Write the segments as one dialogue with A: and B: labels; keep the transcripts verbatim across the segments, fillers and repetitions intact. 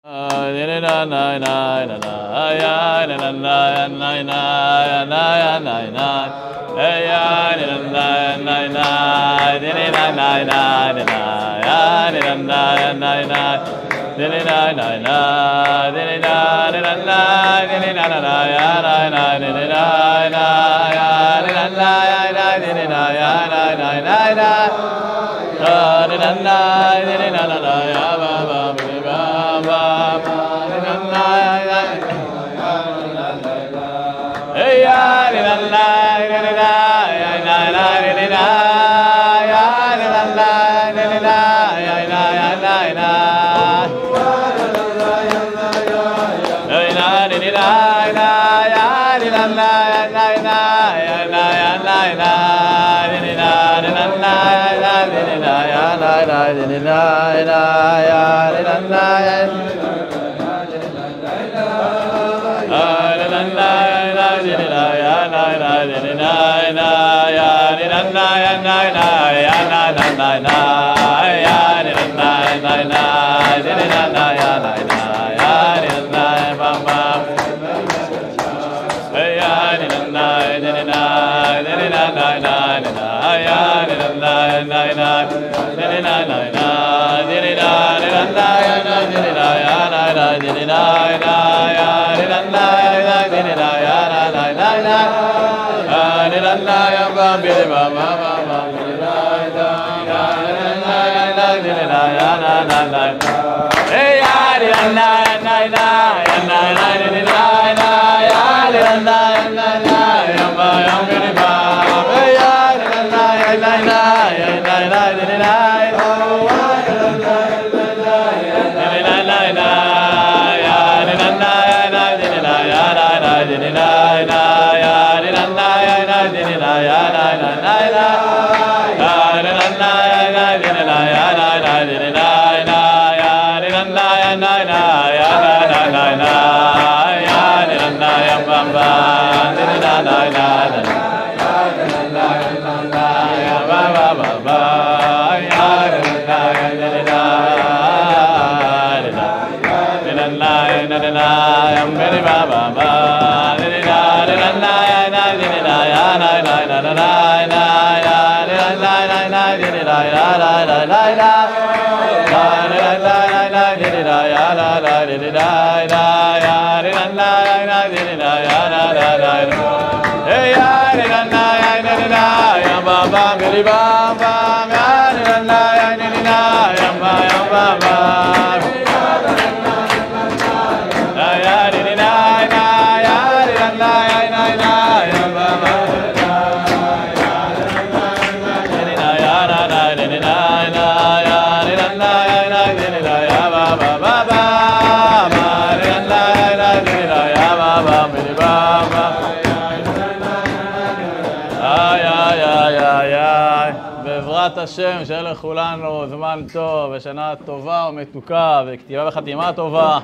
A: בעזרת השם, שיהיה לכולנו זמן טוב ושנה טובה ומתוקה וכתיבה וחתימה טובה,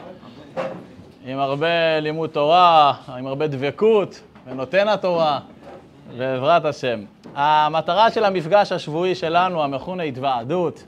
A: עם הרבה לימוד תורה, עם הרבה דבקות ונותן התורה, בעזרת השם. המטרה של המפגש השבועי שלנו, המכונה התוועדות,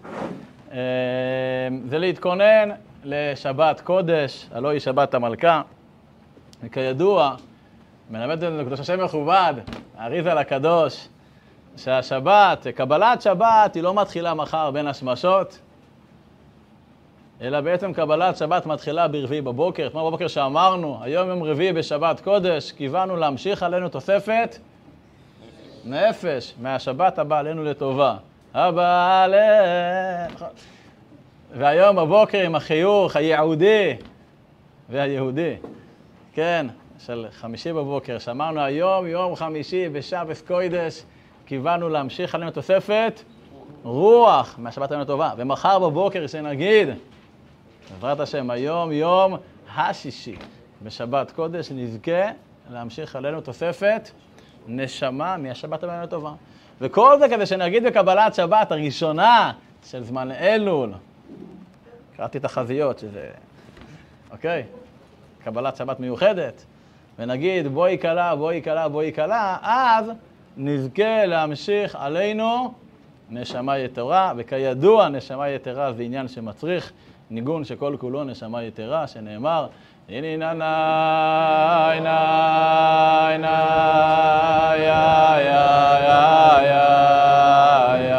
A: זה להתכונן לשבת קודש, הלוא היא שבת המלכה. וכידוע, מלמד לנו קדוש השם מכובד, האריז"ל הקדוש, שהשבת, קבלת שבת, היא לא מתחילה מחר בין השמשות, אלא בעצם קבלת שבת מתחילה ברביעי בבוקר. כמו בבוקר שאמרנו, היום יום רביעי בשבת קודש, קיוונו להמשיך עלינו תוספת נפש, מהשבת הבא עלינו לטובה. הבא עלינו. והיום בבוקר עם החיוך היהודי והיהודי, כן, של חמישי בבוקר, שאמרנו היום יום חמישי בשבת קודש, קיוונו להמשיך עלינו תוספת רוח מהשבת עלינו טובה. ומחר בבוקר שנגיד, בעזרת השם, היום יום השישי בשבת קודש, נזכה להמשיך עלינו תוספת נשמה מהשבת עלינו טובה. וכל זה כדי שנגיד בקבלת שבת הראשונה של זמן אלול, קראתי את החזיות שזה, אוקיי, קבלת שבת מיוחדת, ונגיד בואי קלה, בואי קלה, בואי קלה, אז נזכה להמשיך עלינו נשמה יתרה. וכידוע, נשמה יתרה זה עניין שמצריך ניגון שכל כולו נשמה יתרה, שנאמר, הנה נא נא נא נא יא יא יא יא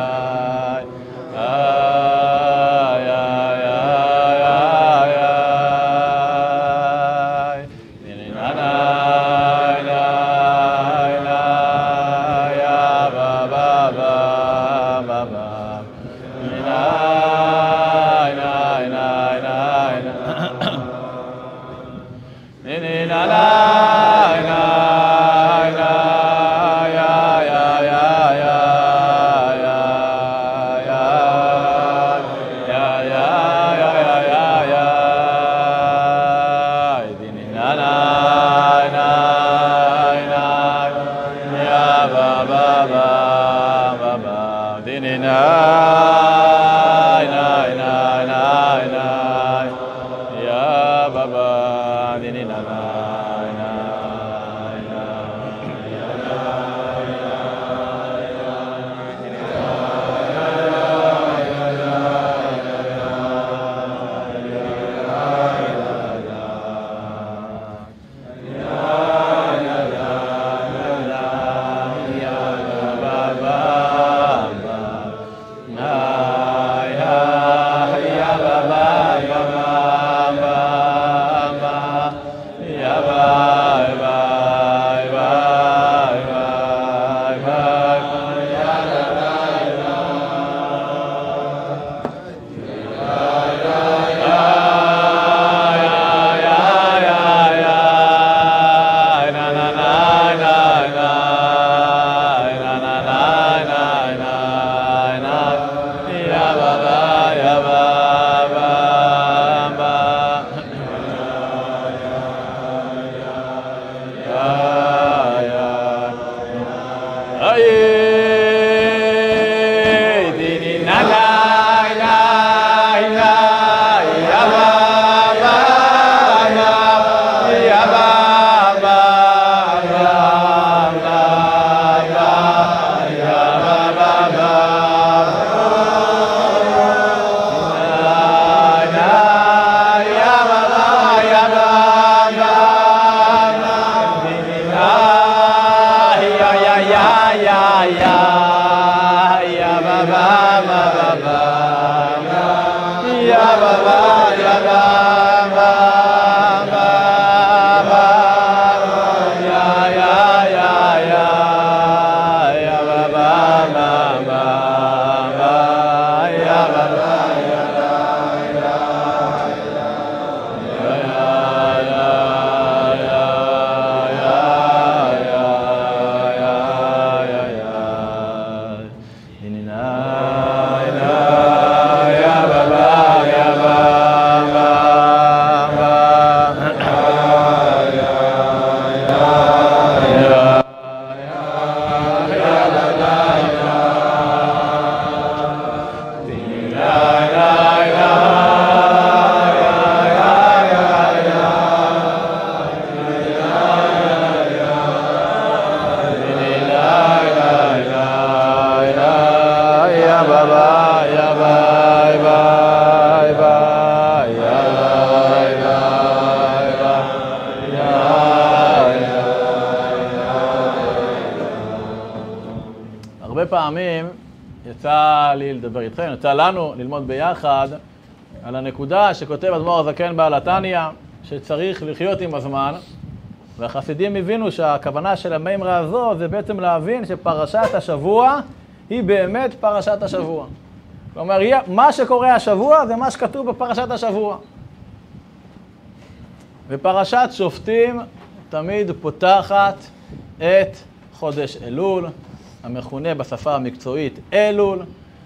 A: פעמים יצא לי לדבר איתכם, יצא לנו ללמוד ביחד על הנקודה שכותב אדמו"ר הזקן בעל התניא, שצריך לחיות עם הזמן, והחסידים הבינו שהכוונה של המימרה הזו זה בעצם להבין שפרשת השבוע היא באמת פרשת השבוע. כלומר, מה שקורה השבוע זה מה שכתוב בפרשת השבוע. ופרשת שופטים תמיד פותחת את חודש אלול, המכונה בשפה המקצועית אלול,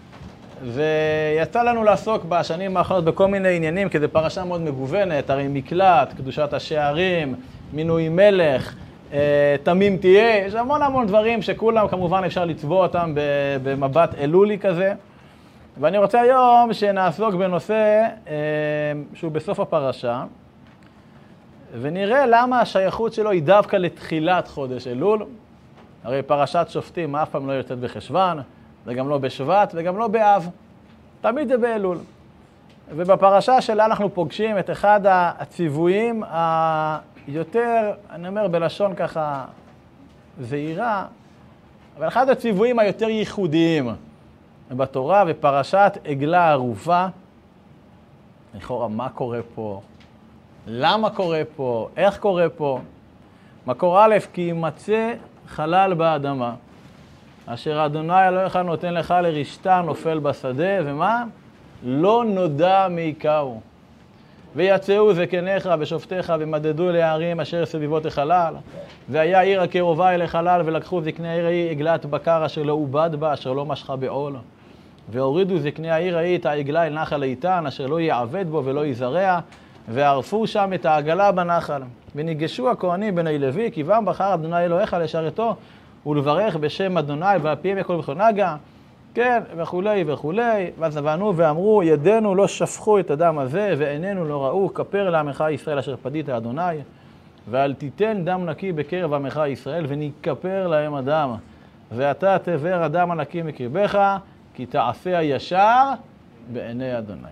A: ויצא לנו לעסוק בשנים האחרונות בכל מיני עניינים, כי זו פרשה מאוד מגוונת, הרי מקלט, קדושת השערים, מינוי מלך, תמים תהיה, יש המון המון דברים שכולם כמובן אפשר לצבוע אותם במבט אלולי כזה. ואני רוצה היום שנעסוק בנושא שהוא בסוף הפרשה, ונראה למה השייכות שלו היא דווקא לתחילת חודש אלול. הרי פרשת שופטים אף פעם לא יוצאת בחשוון, וגם לא בשבט, וגם לא באב. תמיד זה באלול. ובפרשה שלה אנחנו פוגשים את אחד הציוויים היותר, אני אומר בלשון ככה זהירה, אבל אחד הציוויים היותר ייחודיים בתורה, בפרשת עגלה ערופה. לכאורה, מה קורה פה? למה קורה פה? איך קורה פה? מקור א', כי יימצא חלל באדמה, אשר אדוני אלוהיך נותן לך לרשתה נופל בשדה, ומה? לא נודע מי יקהו. ויצאו זקניך ושופטיך ומדדו להרים אשר סביבות החלל, והיה עיר הקרובה אל החלל, ולקחו זקני העיר ההיא עגלת בקר אשר לא עובד בה, אשר לא משכה בעול. והורידו זקני העיר ההיא את העגלה אל נחל איתן, אשר לא יעבד בו ולא יזרע, וערפו שם את העגלה בנחל. וניגשו הכהנים בני לוי, כי בם בחר אדוני אלוהיך לשרתו ולברך בשם אדוני, והפיהם יקול בכל נגע, כן, וכולי וכולי. ואז וענו ואמרו, ידינו לא שפכו את הדם הזה, ועינינו לא ראו, כפר לעמך ישראל אשר פדית אדוני, ואל תיתן דם נקי בקרב עמך ישראל, ונכפר להם הדם. ואתה תבר הדם הנקי מקרבך, כי תעשה הישר בעיני אדוני.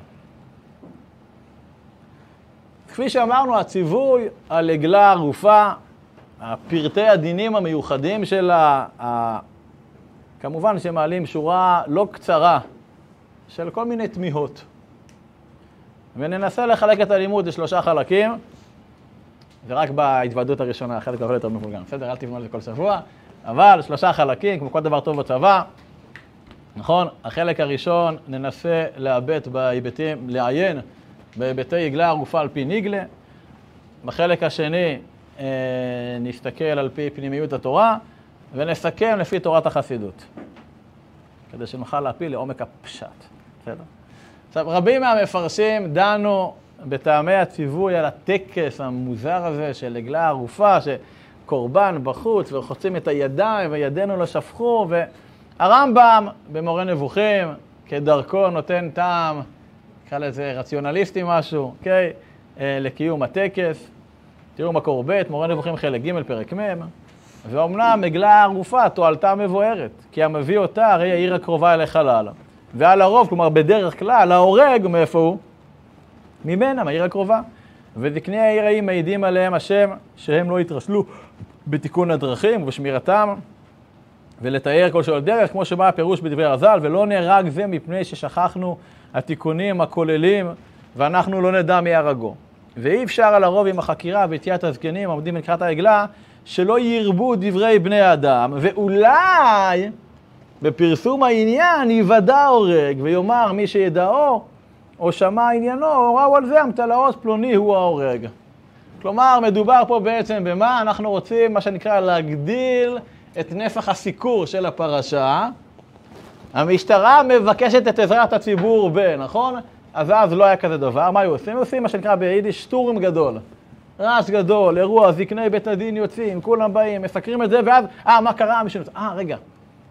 A: כפי שאמרנו, הציווי על עגלה ערופה, הפרטי הדינים המיוחדים שלה, ה... כמובן שמעלים שורה לא קצרה של כל מיני תמיהות. וננסה לחלק את הלימוד לשלושה חלקים, ורק בהתוועדות הראשונה, חלק אבל יותר מפולגן. בסדר, אל תבנו על זה כל שבוע, אבל שלושה חלקים, כמו כל דבר טוב בצבא. נכון? החלק הראשון ננסה להבט בהיבטים, לעיין בהיבטי עגלה ערופה על פי ניגלה. בחלק השני אה, נסתכל על פי פנימיות התורה, ונסכם לפי תורת החסידות, כדי שנוכל להפיל לעומק הפשט. בסדר? עכשיו, רבים מהמפרשים דנו בטעמי הציווי על הטקס המוזר הזה של עגלה ערופה, שקורבן בחוץ וחוצים את הידיים וידינו לא שפכו, והרמב"ם במורה נבוכים כדרכו נותן טעם, נקרא לזה רציונליסטי משהו, אוקיי? לקיום הטקס. תראו מקור ב', מורה נבוכים חלק ג' פרק מ', ואומנם עגלה ערופה תועלתה מבוארת, כי המביא אותה הרי העיר הקרובה אל החלל. ועל הרוב, כלומר בדרך כלל, ההורג מאיפה הוא? ממנה, מהעיר הקרובה. וזקני העיר ההיא מעידים עליהם השם שהם לא יתרשלו בתיקון הדרכים ובשמירתם, ולתאר כל שאול דרך, כמו שבא הפירוש בדברי הרז"ל, ולא נהרג זה מפני ששכחנו התיקונים הכוללים, ואנחנו לא נדע מי הרגו. ואי אפשר על הרוב עם החקירה ויציאת הזקנים עומדים לקראת העגלה, שלא ירבו דברי בני אדם, ואולי בפרסום העניין יוודע הורג, ויאמר מי שידעו או שמע עניינו, הוראו על זה המתלאות פלוני הוא ההורג. כלומר, מדובר פה בעצם במה? אנחנו רוצים, מה שנקרא, להגדיל את נפח הסיקור של הפרשה. המשטרה מבקשת את עזרת הציבור ב, נכון? אז אז לא היה כזה דבר. מה היו עושים? עושים מה שנקרא ביידיש שטורם גדול. רעש גדול, אירוע, זקני בית הדין יוצאים, כולם באים, מסקרים את זה, ואז, אה, מה קרה? מישהו נוצא, אה, רגע.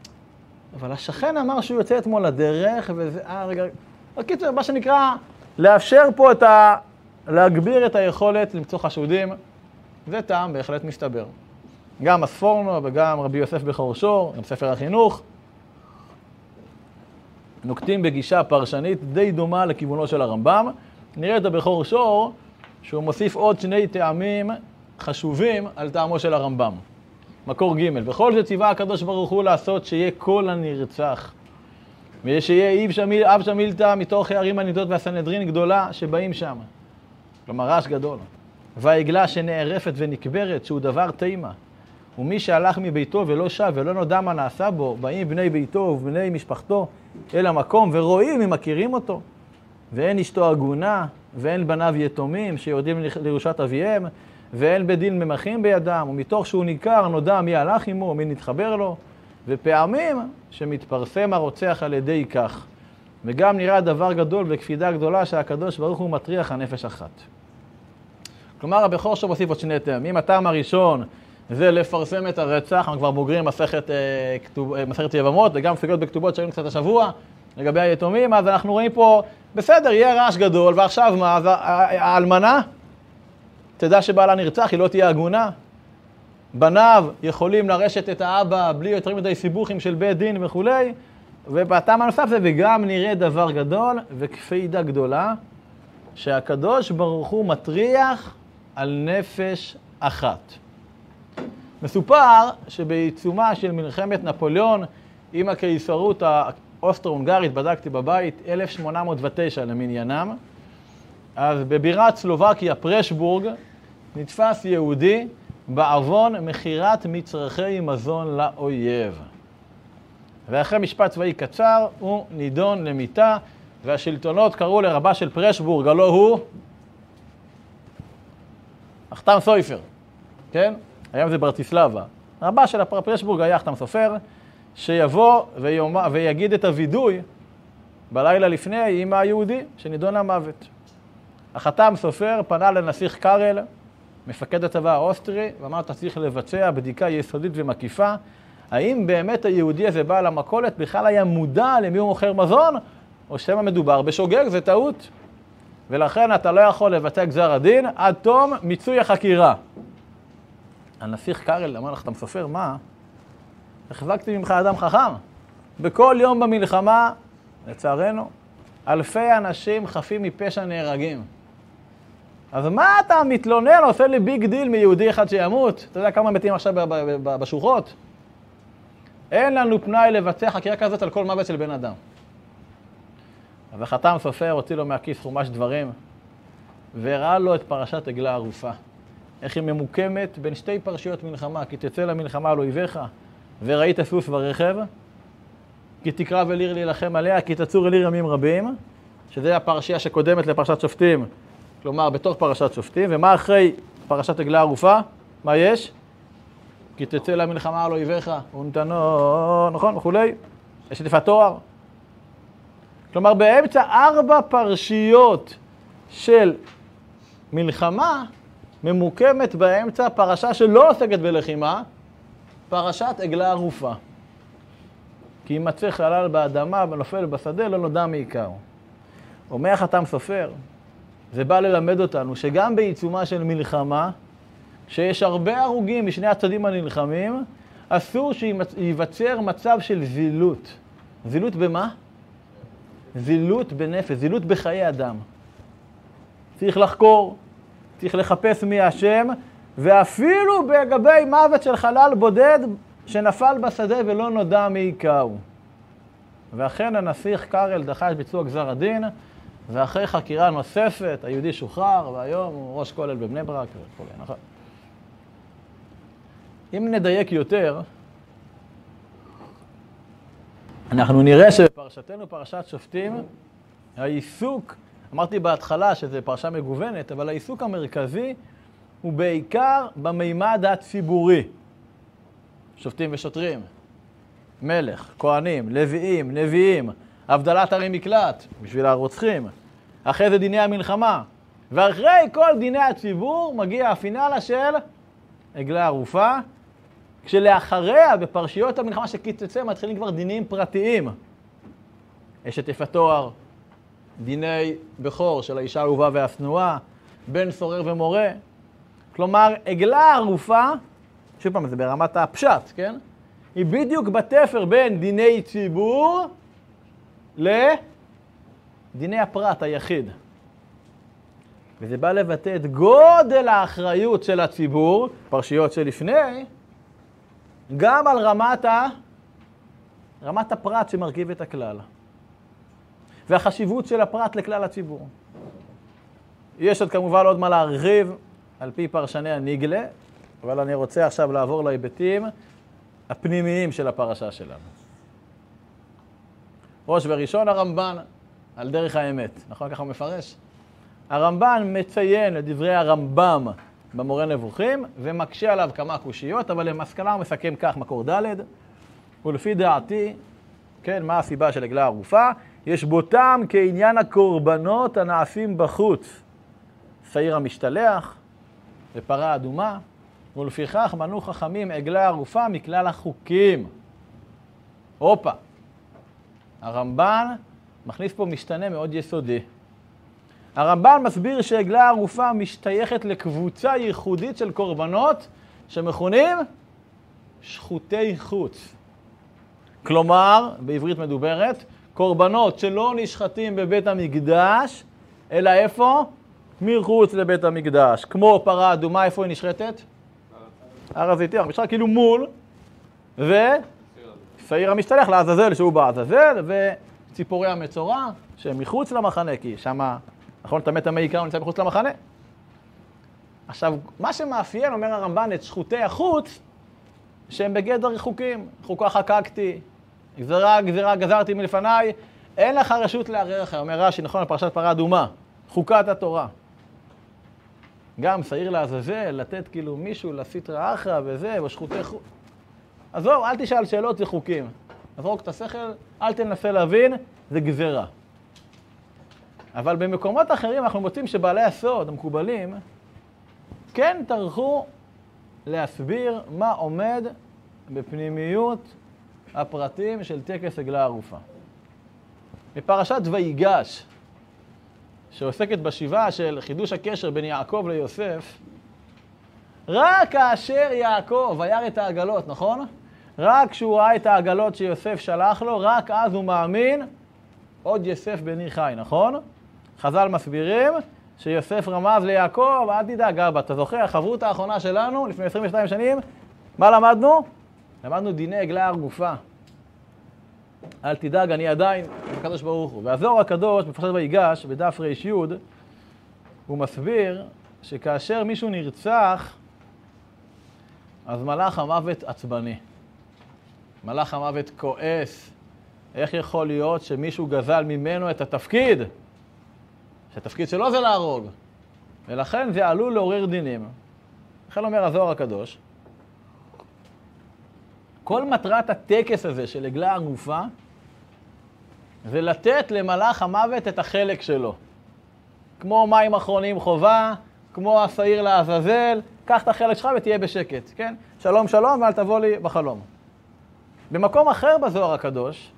A: אבל השכן אמר שהוא יוצא אתמול לדרך, וזה, אה, רגע. בקיצור, מה שנקרא, לאפשר פה את ה... להגביר את היכולת למצוא חשודים, זה טעם בהחלט מסתבר. גם הספורנו וגם רבי יוסף בכור שור, גם ספר החינוך, נוקטים בגישה פרשנית די דומה לכיוונו של הרמב"ם. נראה את הבכור שור, שהוא מוסיף עוד שני טעמים חשובים על טעמו של הרמב"ם. מקור ג' בכל זה ציווה הקדוש ברוך הוא לעשות שיהיה כל הנרצח. ושיהיה איב שמיל, אב שמילתא מתוך הערים הנידות והסנהדרין גדולה שבאים שם. כלומר רעש גדול. והעגלה שנערפת ונקברת שהוא דבר תימה. ומי שהלך מביתו ולא שב ולא נודע מה נעשה בו, באים בני ביתו ובני משפחתו אל המקום ורואים אם מכירים אותו. ואין אשתו עגונה, ואין בניו יתומים שיורדים לירושת אביהם, ואין בדין ממחים בידם, ומתוך שהוא ניכר נודע מי הלך עמו, מי נתחבר לו, ופעמים שמתפרסם הרוצח על ידי כך. וגם נראה דבר גדול וקפידה גדולה שהקדוש ברוך הוא מטריח הנפש אחת. כלומר, הבכור שור מוסיף עוד שני טעמים. הטעם הראשון זה לפרסם את הרצח, אנחנו כבר בוגרים מסכת, אה, כתוב, אה, מסכת יבמות, וגם סוגיות בכתובות שהיו קצת השבוע, לגבי היתומים, אז אנחנו רואים פה, בסדר, יהיה רעש גדול, ועכשיו מה? אז האלמנה, תדע שבעלה נרצח, היא לא תהיה הגונה. בניו יכולים לרשת את האבא בלי יותר מדי סיבוכים של בית דין וכו'. ובטעם הנוסף זה, וגם נראה דבר גדול וקפידה גדולה, שהקדוש ברוך הוא מטריח על נפש אחת. מסופר שבעיצומה של מלחמת נפוליאון עם הקיסרות האוסטרו-הונגרית, בדקתי בבית, אלף שמונה מאות ותשע למניינם, אז בבירת סלובקיה, פרשבורג, נתפס יהודי בעוון מכירת מצרכי מזון לאויב. ואחרי משפט צבאי קצר הוא נידון למיתה, והשלטונות קראו לרבה של פרשבורג, הלא הוא חתם סופר, כן? היום זה ברטיסלבה. רבה של פרשבורג היה חתם סופר, שיבוא ויומא, ויגיד את הוידוי בלילה לפני עם היהודי שנידון למוות. החתם סופר פנה לנסיך קארל, מפקד הצבא האוסטרי, ואמר, אתה צריך לבצע בדיקה יסודית ומקיפה, האם באמת היהודי הזה בעל המכולת בכלל היה מודע למי הוא מוכר מזון, או שמא מדובר בשוגג, זה טעות. ולכן אתה לא יכול לבצע גזר הדין עד תום מיצוי החקירה. הנסיך קארל אמר לך, אתה מסופר, מה? החזקתי ממך אדם חכם. בכל יום במלחמה, לצערנו, אלפי אנשים חפים מפשע נהרגים. אז מה אתה מתלונן, עושה לי ביג דיל מיהודי אחד שימות? אתה יודע כמה מתים עכשיו בשוחות? אין לנו פנאי לבצע חקירה כזאת על כל מוות של בן אדם. אז החתם סופר הוציא לו מהכיס חומש דברים, והראה לו את פרשת עגלה ערופה. איך היא ממוקמת בין שתי פרשיות מלחמה, כי תצא למלחמה על אויביך, וראית סוס ורכב, כי תקרב אל עיר להילחם עליה, כי תצור אל עיר ימים רבים, שזה הפרשייה שקודמת לפרשת שופטים, כלומר בתוך פרשת שופטים, ומה אחרי פרשת עגלה ערופה? מה יש? כי תצא למלחמה על אויביך, ונתנו, נכון, וכולי, יש שטיפת תואר. כלומר, באמצע ארבע פרשיות של מלחמה, ממוקמת באמצע פרשה שלא עוסקת בלחימה, פרשת עגלה ערופה. כי אם מצא חלל באדמה ונופל בשדה, לא נודע מעיקר. אומר החתם סופר, זה בא ללמד אותנו שגם בעיצומה של מלחמה, שיש הרבה הרוגים משני הצדדים הנלחמים, אסור שייווצר מצב של זילות. זילות במה? זילות בנפש, זילות בחיי אדם. צריך לחקור, צריך לחפש מי השם, ואפילו בגבי מוות של חלל בודד שנפל בשדה ולא נודע מי יקראו. ואכן הנסיך קארל דחה את ביצוע גזר הדין, ואחרי חקירה נוספת היהודי שוחרר, והיום הוא ראש כולל בבני ברק וכו'. נכון. אם נדייק יותר, אנחנו נראה שבפרשתנו, פרשת שופטים, העיסוק, אמרתי בהתחלה שזה פרשה מגוונת, אבל העיסוק המרכזי הוא בעיקר במימד הציבורי. שופטים ושוטרים, מלך, כהנים, לוויים, נביאים, הבדלת ערי מקלט בשביל הרוצחים, אחרי זה דיני המלחמה, ואחרי כל דיני הציבור מגיע הפינאלה של עגלה ערופה, כשלאחריה בפרשיות המלחמה שקיצצה מתחילים כבר דינים פרטיים. יש את יפת תואר, דיני בכור של האישה האהובה והשנואה, בן סורר ומורה. כלומר, עגלה ערופה, שוב פעם, זה ברמת הפשט, כן? היא בדיוק בתפר בין דיני ציבור לדיני הפרט היחיד. וזה בא לבטא את גודל האחריות של הציבור, פרשיות שלפני, גם על רמת, ה... רמת הפרט שמרכיב את הכלל. והחשיבות של הפרט לכלל הציבור. יש עוד כמובן עוד מה להרחיב על פי פרשני הניגלה, אבל אני רוצה עכשיו לעבור להיבטים הפנימיים של הפרשה שלנו. ראש וראשון הרמב"ן על דרך האמת, נכון? ככה הוא מפרש? הרמב"ן מציין לדברי הרמב"ם במורה נבוכים, ומקשה עליו כמה קושיות, אבל למסקנה הוא מסכם כך, מקור ד', ולפי דעתי, כן, מה הסיבה של עגלה ערופה? יש בו טעם כעניין הקורבנות הנעשים בחוץ. שעיר המשתלח ופרה אדומה, ולפיכך מנו חכמים עגלה ערופה מכלל החוקים. הופה, הרמב"ן מכניס פה משתנה מאוד יסודי. הרמב"ן מסביר שעגלה ערופה משתייכת לקבוצה ייחודית של קורבנות שמכונים שחוטי חוץ. כלומר, בעברית מדוברת, קורבנות שלא נשחטים בבית המקדש, אלא איפה? מחוץ לבית המקדש. כמו פרה אדומה, איפה היא נשחטת? הר הזיתים. המשחק כאילו מול, ושעיר המשתלח לעזאזל שהוא בעזאזל, וציפורי המצורע שהם מחוץ למחנה, כי שמה, נכון, טמא טמא עיקר נמצא מחוץ למחנה. עכשיו, מה שמאפיין, אומר הרמב"ן, את שחוטי החוץ, שהם בגדר רחוקים. חוקה חקקתי, גזרה גזרה גזרתי מלפניי, אין לך רשות לערער אחר. אומר רש"י, נכון, בפרשת פרה אדומה, חוקת התורה. גם שעיר לעזאזל, לתת כאילו מישהו לסטרא אחרא וזה, בשחוטי חוץ. עזוב, אל תשאל שאלות, זה חוקים. עזוב את השכל, אל תנסה להבין, זה גזרה. אבל במקומות אחרים אנחנו מוצאים שבעלי הסוד, המקובלים, כן טרחו להסביר מה עומד בפנימיות הפרטים של טקס עגלה ערופה. בפרשת ויגש, שעוסקת בשיבה של חידוש הקשר בין יעקב ליוסף, רק כאשר יעקב היה את העגלות, נכון? רק כשהוא ראה את העגלות שיוסף שלח לו, רק אז הוא מאמין, עוד יוסף בני חי, נכון? חז"ל מסבירים שיוסף רמז ליעקב, אל תדאג אבא, אתה זוכר, החברות האחרונה שלנו, לפני עשרים ושתיים שנים, מה למדנו? למדנו דיני עגלה ערופה. אל תדאג, אני עדיין הקדוש ברוך הוא. והזוהר הקדוש, בפרשת ויגש, בדף ריש י', הוא מסביר שכאשר מישהו נרצח, אז מלאך המוות עצבני. מלאך המוות כועס. איך יכול להיות שמישהו גזל ממנו את התפקיד? שהתפקיד שלו זה להרוג. ולכן זה עלול לעורר דינים. לכן אומר הזוהר הקדוש, כל מטרת הטקס הזה של עגלה ערופה, זה לתת למלאך המוות את החלק שלו. כמו מים אחרונים חובה, כמו השעיר לעזאזל, קח את החלק שלך ותהיה בשקט, כן? שלום שלום ואל תבוא לי בחלום. במקום אחר בזוהר הקדוש,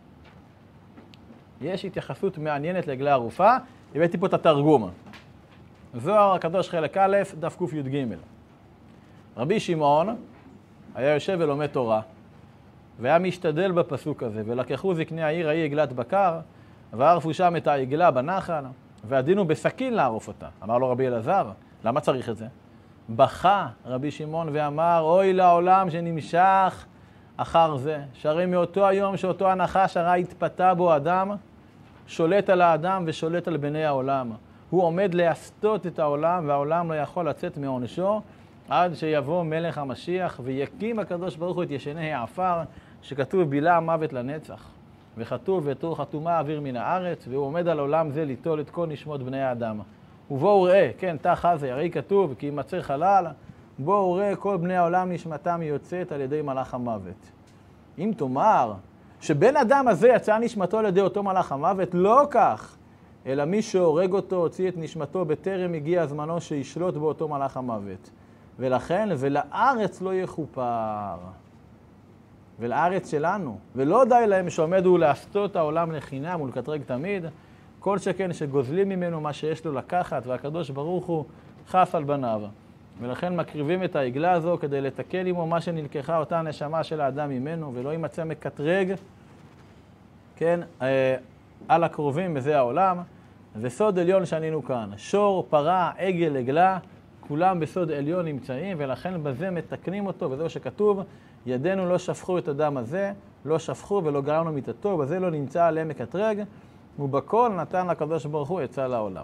A: יש התייחסות מעניינת לעגלה ערופה, הבאתי פה את התרגום. זוהר הקדוש חלק א', דף ק"ג. רבי שמעון היה יושב ולומד תורה, והיה משתדל בפסוק הזה, ולקחו זקני העיר ההיא עגלת בקר, וערפו שם את העגלה בנחל, והדינו בסכין לערוף אותה. אמר לו רבי אלעזר, למה צריך את זה? בכה רבי שמעון ואמר, אוי לעולם שנמשך אחר זה, שהרי מאותו היום שאותו הנחש הרע התפתה בו אדם, שולט על האדם ושולט על בני העולם. הוא עומד להסתות את העולם, והעולם לא יכול לצאת מעונשו, עד שיבוא מלך המשיח, ויקים הקדוש ברוך הוא את ישני העפר, שכתוב בילה המוות לנצח. וכתוב ותור חתומה אוויר מן הארץ, והוא עומד על עולם זה ליטול את כל נשמות בני האדם. ובואו ראה, כן, תח הזה, הרי כתוב, כי ימצא חלל, בואו ראה כל בני העולם נשמתם יוצאת על ידי מלאך המוות. אם תאמר שבן אדם הזה יצא נשמתו על ידי אותו מלאך המוות, לא כך, אלא מי שהורג אותו הוציא את נשמתו בטרם הגיע זמנו שישלוט באותו מלאך המוות. ולכן, ולארץ לא יכופר. ולארץ שלנו. ולא די להם שעומד הוא להסתות העולם לחינם ולקטרג תמיד, כל שכן שגוזלים ממנו מה שיש לו לקחת, והקדוש ברוך הוא חף על בניו. ולכן מקריבים את העגלה הזו כדי לתקן עמו מה שנלקחה אותה הנשמה של האדם ממנו, ולא יימצא מקטרג, כן, אה, על הקרובים בזה העולם. זה סוד עליון שענינו כאן. שור, פרה, עגל, עגלה, כולם בסוד עליון נמצאים, ולכן בזה מתקנים אותו, וזהו שכתוב, ידינו לא שפכו את הדם הזה, לא שפכו ולא גרמנו מיתתו, בזה לא נמצא עליהם מקטרג, ובכל נתן לקדוש ברוך הוא עצה לעולם.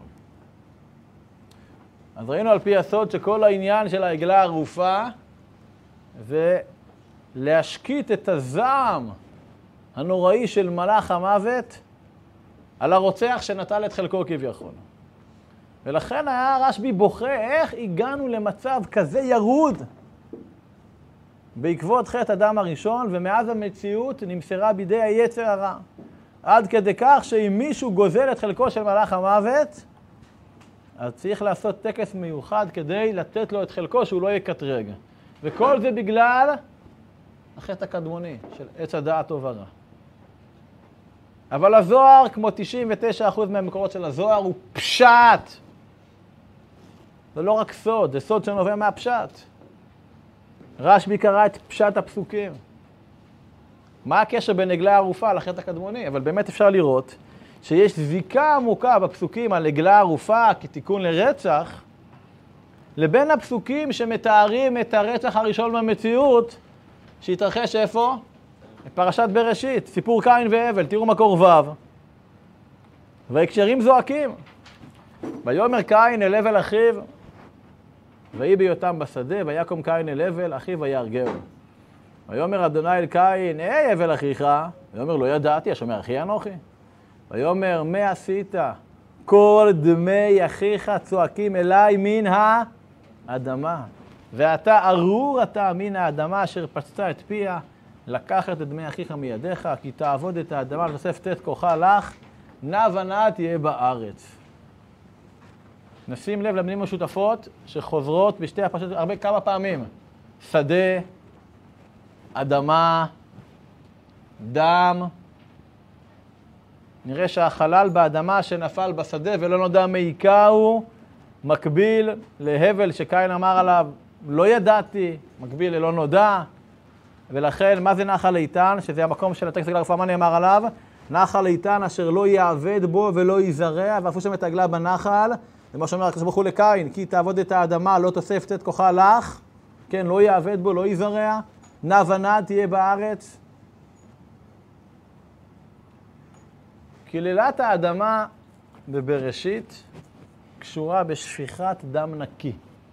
A: אז ראינו על פי הסוד שכל העניין של העגלה הערופה זה להשקיט את הזעם הנוראי של מלאך המוות על הרוצח שנטל את חלקו כביכול. ולכן היה רשב"י בוכה איך הגענו למצב כזה ירוד בעקבות חטא אדם הראשון, ומאז המציאות נמסרה בידי היצר הרע. עד כדי כך שאם מישהו גוזל את חלקו של מלאך המוות, אז צריך לעשות טקס מיוחד כדי לתת לו את חלקו שהוא לא יקטרג. וכל זה בגלל החטא הקדמוני של עץ הדעת טוב ורע. אבל הזוהר, כמו תשעים ותשעה אחוז מהמקורות של הזוהר, הוא פשט. זה לא רק סוד, זה סוד שנובע מהפשט. רשב"י קרא את פשט הפסוקים. מה הקשר בין עגלה ערופה לחטא הקדמוני? אבל באמת אפשר לראות שיש זיקה עמוקה בפסוקים על עגלה ערופה כתיקון לרצח, לבין הפסוקים שמתארים את הרצח הראשון במציאות, שהתרחש איפה? בפרשת בראשית, סיפור קין והבל, תראו מקור ו'. והקשרים זועקים. ויאמר קין אל הבל אחיו, ויהי בהיותם בשדה, ויקום קין אל הבל אחיו ויהרגהו. ויאמר אדוני אל קין, היי הבל אחיך, ויאמר לא ידעתי, השומר אחי אנוכי. ויאמר מה עשית? כל דמי אחיך צועקים אליי מן האדמה. ואתה ארור אתה מן האדמה אשר פצתה את פיה, לקחת את דמי אחיך מידיך, כי תעבוד את האדמה ותוסף תת כוחה לך, נע ונע תהיה בארץ. נשים לב למילים משותפות שחוזרות בשתי הפרשות הרבה כמה פעמים. שדה, אדמה, דם. נראה שהחלל באדמה שנפל בשדה ולא נודע מי הכהו, מקביל להבל שקין אמר עליו, לא ידעתי, מקביל ללא נודע. ולכן, מה זה נחל איתן? שזה המקום של הטקסט עגלה ערופה, מה נאמר עליו? נחל איתן אשר לא יעבד בו ולא יזרע, ואפו שם את העגלה בנחל. ומה שאומר הקדוש ברוך הוא לקין, כי תעבוד את האדמה, לא תוסף תת כוחה לך. כן, לא יעבד בו, לא יזרע. נע ונע תהיה בארץ. קללת האדמה בבראשית קשורה בשפיכת דם נקי.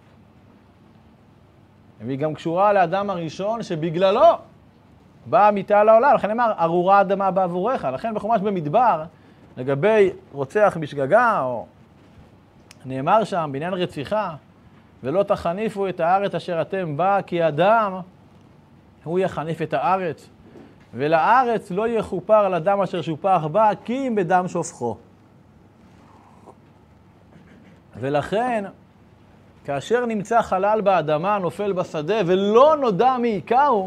A: והיא גם קשורה לאדם הראשון שבגללו באה המיטה לעולם. לכן אמר, ארורה אדמה בעבורך. לכן בחומש במדבר, לגבי רוצח בשגגה, או נאמר שם בעניין רציחה, ולא תחניפו את הארץ אשר אתם בה, כי אדם הוא יחניף את הארץ. ולארץ לא יכופר על הדם אשר שופח בה, כי אם בדם שופכו. ולכן, כאשר נמצא חלל באדמה, נופל בשדה, ולא נודע מי הכהו,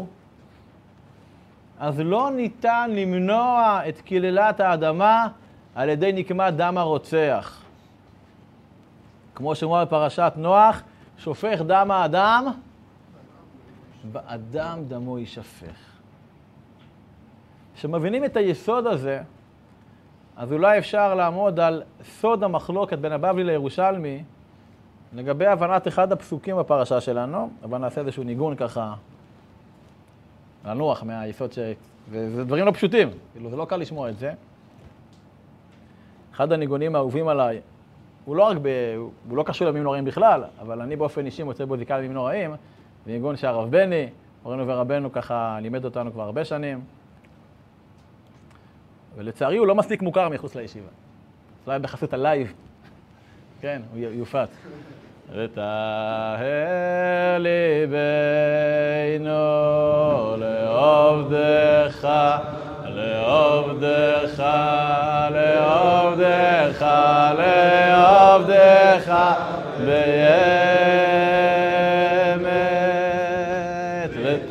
A: אז לא ניתן למנוע את קללת האדמה על ידי נקמת דם הרוצח. כמו שאמרה בפרשת נוח, שופך דם האדם, באדם דמו יישפך. כשמבינים את היסוד הזה, אז אולי אפשר לעמוד על סוד המחלוקת בין הבבלי לירושלמי, לגבי הבנת אחד הפסוקים בפרשה שלנו, אבל נעשה איזשהו ניגון ככה, לנוח מהיסוד ש... וזה דברים לא פשוטים, כאילו זה לא קל לשמוע את זה. אחד הניגונים האהובים עליי, הוא לא רק ב... הוא לא קשור לימים נוראים בכלל, אבל אני באופן אישי מוצא בו זיקה לימים נוראים, זה ניגון שהרב בני, מורנו ורבנו ככה לימד אותנו כבר הרבה שנים, ולצערי הוא לא מספיק מוכר מחוץ לישיבה. זה היה בחסות הלייב. כן, הוא יופץ. ותהל ליבנו לעובדך, לעובדך, לעובדך, לעובדך באמת.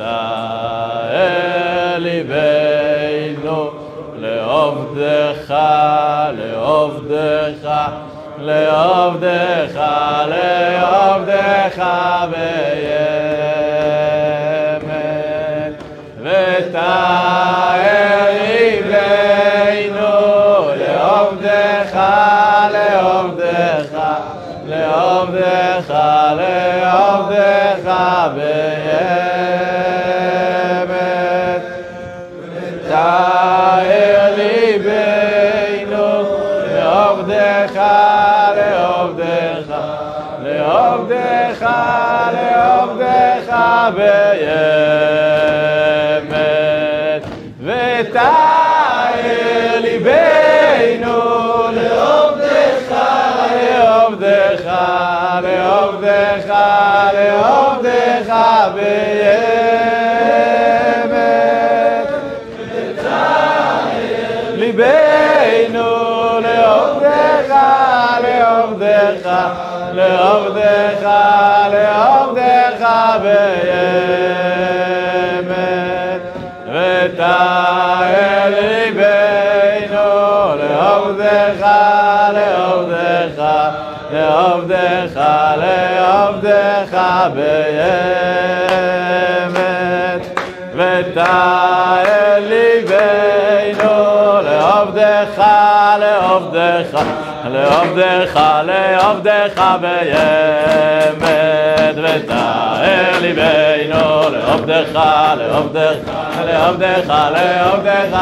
A: ותהל ליבנו לעובדך, לעובדך, לעובדך, לעובדך באמת. ותהל ליבנו לעובדך, לעובדך, לעובדך, לעובדך באמת. ותהל ליבנו לעובדך, לעובדך, לעובדך, לעובדך באמת. ותהל ליבנו לעובדך, לעובדך, לעובדך, לעובדך באמת. ותהל ליבנו לעובדך, לעובדך, לעובדך, לעובדך באמת. ותהל ליבנו לעובדך, לעובדך, לעובדך, לעובדך באמת. ותהל ליבנו לעובדך, לעובדך, לעבדך, לעבדך, לעבדך באמת, ותאר ליבנו לעבדך, לעבדך, לעבדך, לעבדך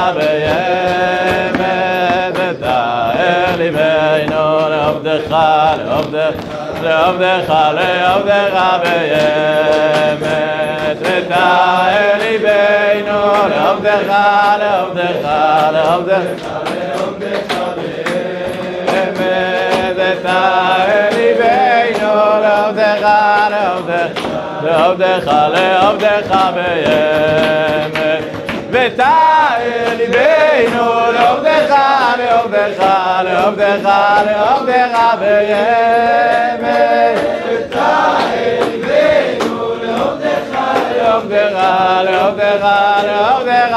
A: באמת, ותאר ליבנו לעבדך, לעבדך, לעבדך, לעבדך באמת, ותאר ליבנו לעבדך, לעבדך, לעבדך, ותאר ליבנו לעבדך, לעבדך, לעבדך, לעבדך באמת, ותאר ליבנו לעבדך, לעבדך, לעבדך, לעבדך באמת, ותאר ליבנו לעבדך, לעבדך, לעבדך, לעבדך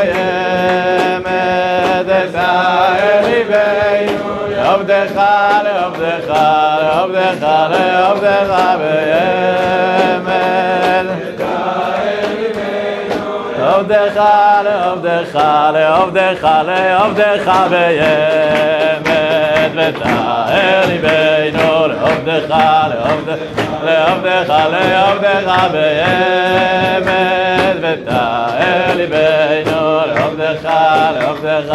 A: באמת, ותאר ליבנו לעבדך, לעבדך, לעבדך, לעבדך באמת, לעבדך, לעבדך, לעבדך, לעבדך באמת, ותאר ליבנו לעבדך, לעבדך, לעבדך באמת, ותאר ליבנו לעבדך, לעבדך,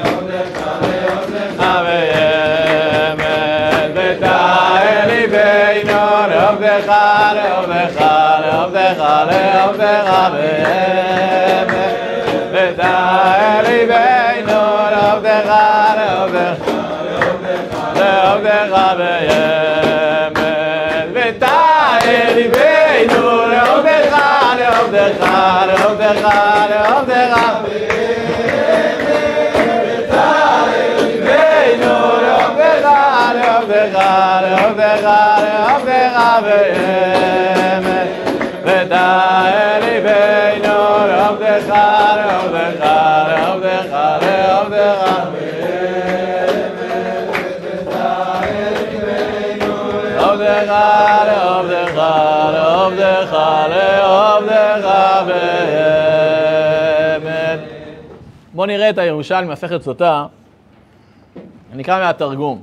A: באמת, ותאר ליבנו לעבדך, לעבדך, לעבדך, לעבדך באמת, ותאר ליבנו לעבדך, לעבדך, לעבדך באמת, ותאר ליבנו לעבדך, לעבדך, לעבדך, לעבדך לעבדך, לעבדך, לעבדך באמת, ותאר ליבנו לעבדך, לעבדך, לעבדך, לעבדך לעבדך, לעבדך, לעבדך, לעבדך באמת. בואו נראה את הירושלמי, מסכת סוטה, נקרא מהתרגום.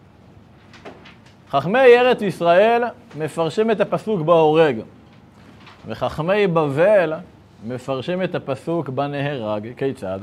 A: חכמי ארץ ישראל מפרשים את הפסוק בהורג, וחכמי בבל מפרשים את הפסוק בנהרג. כיצד?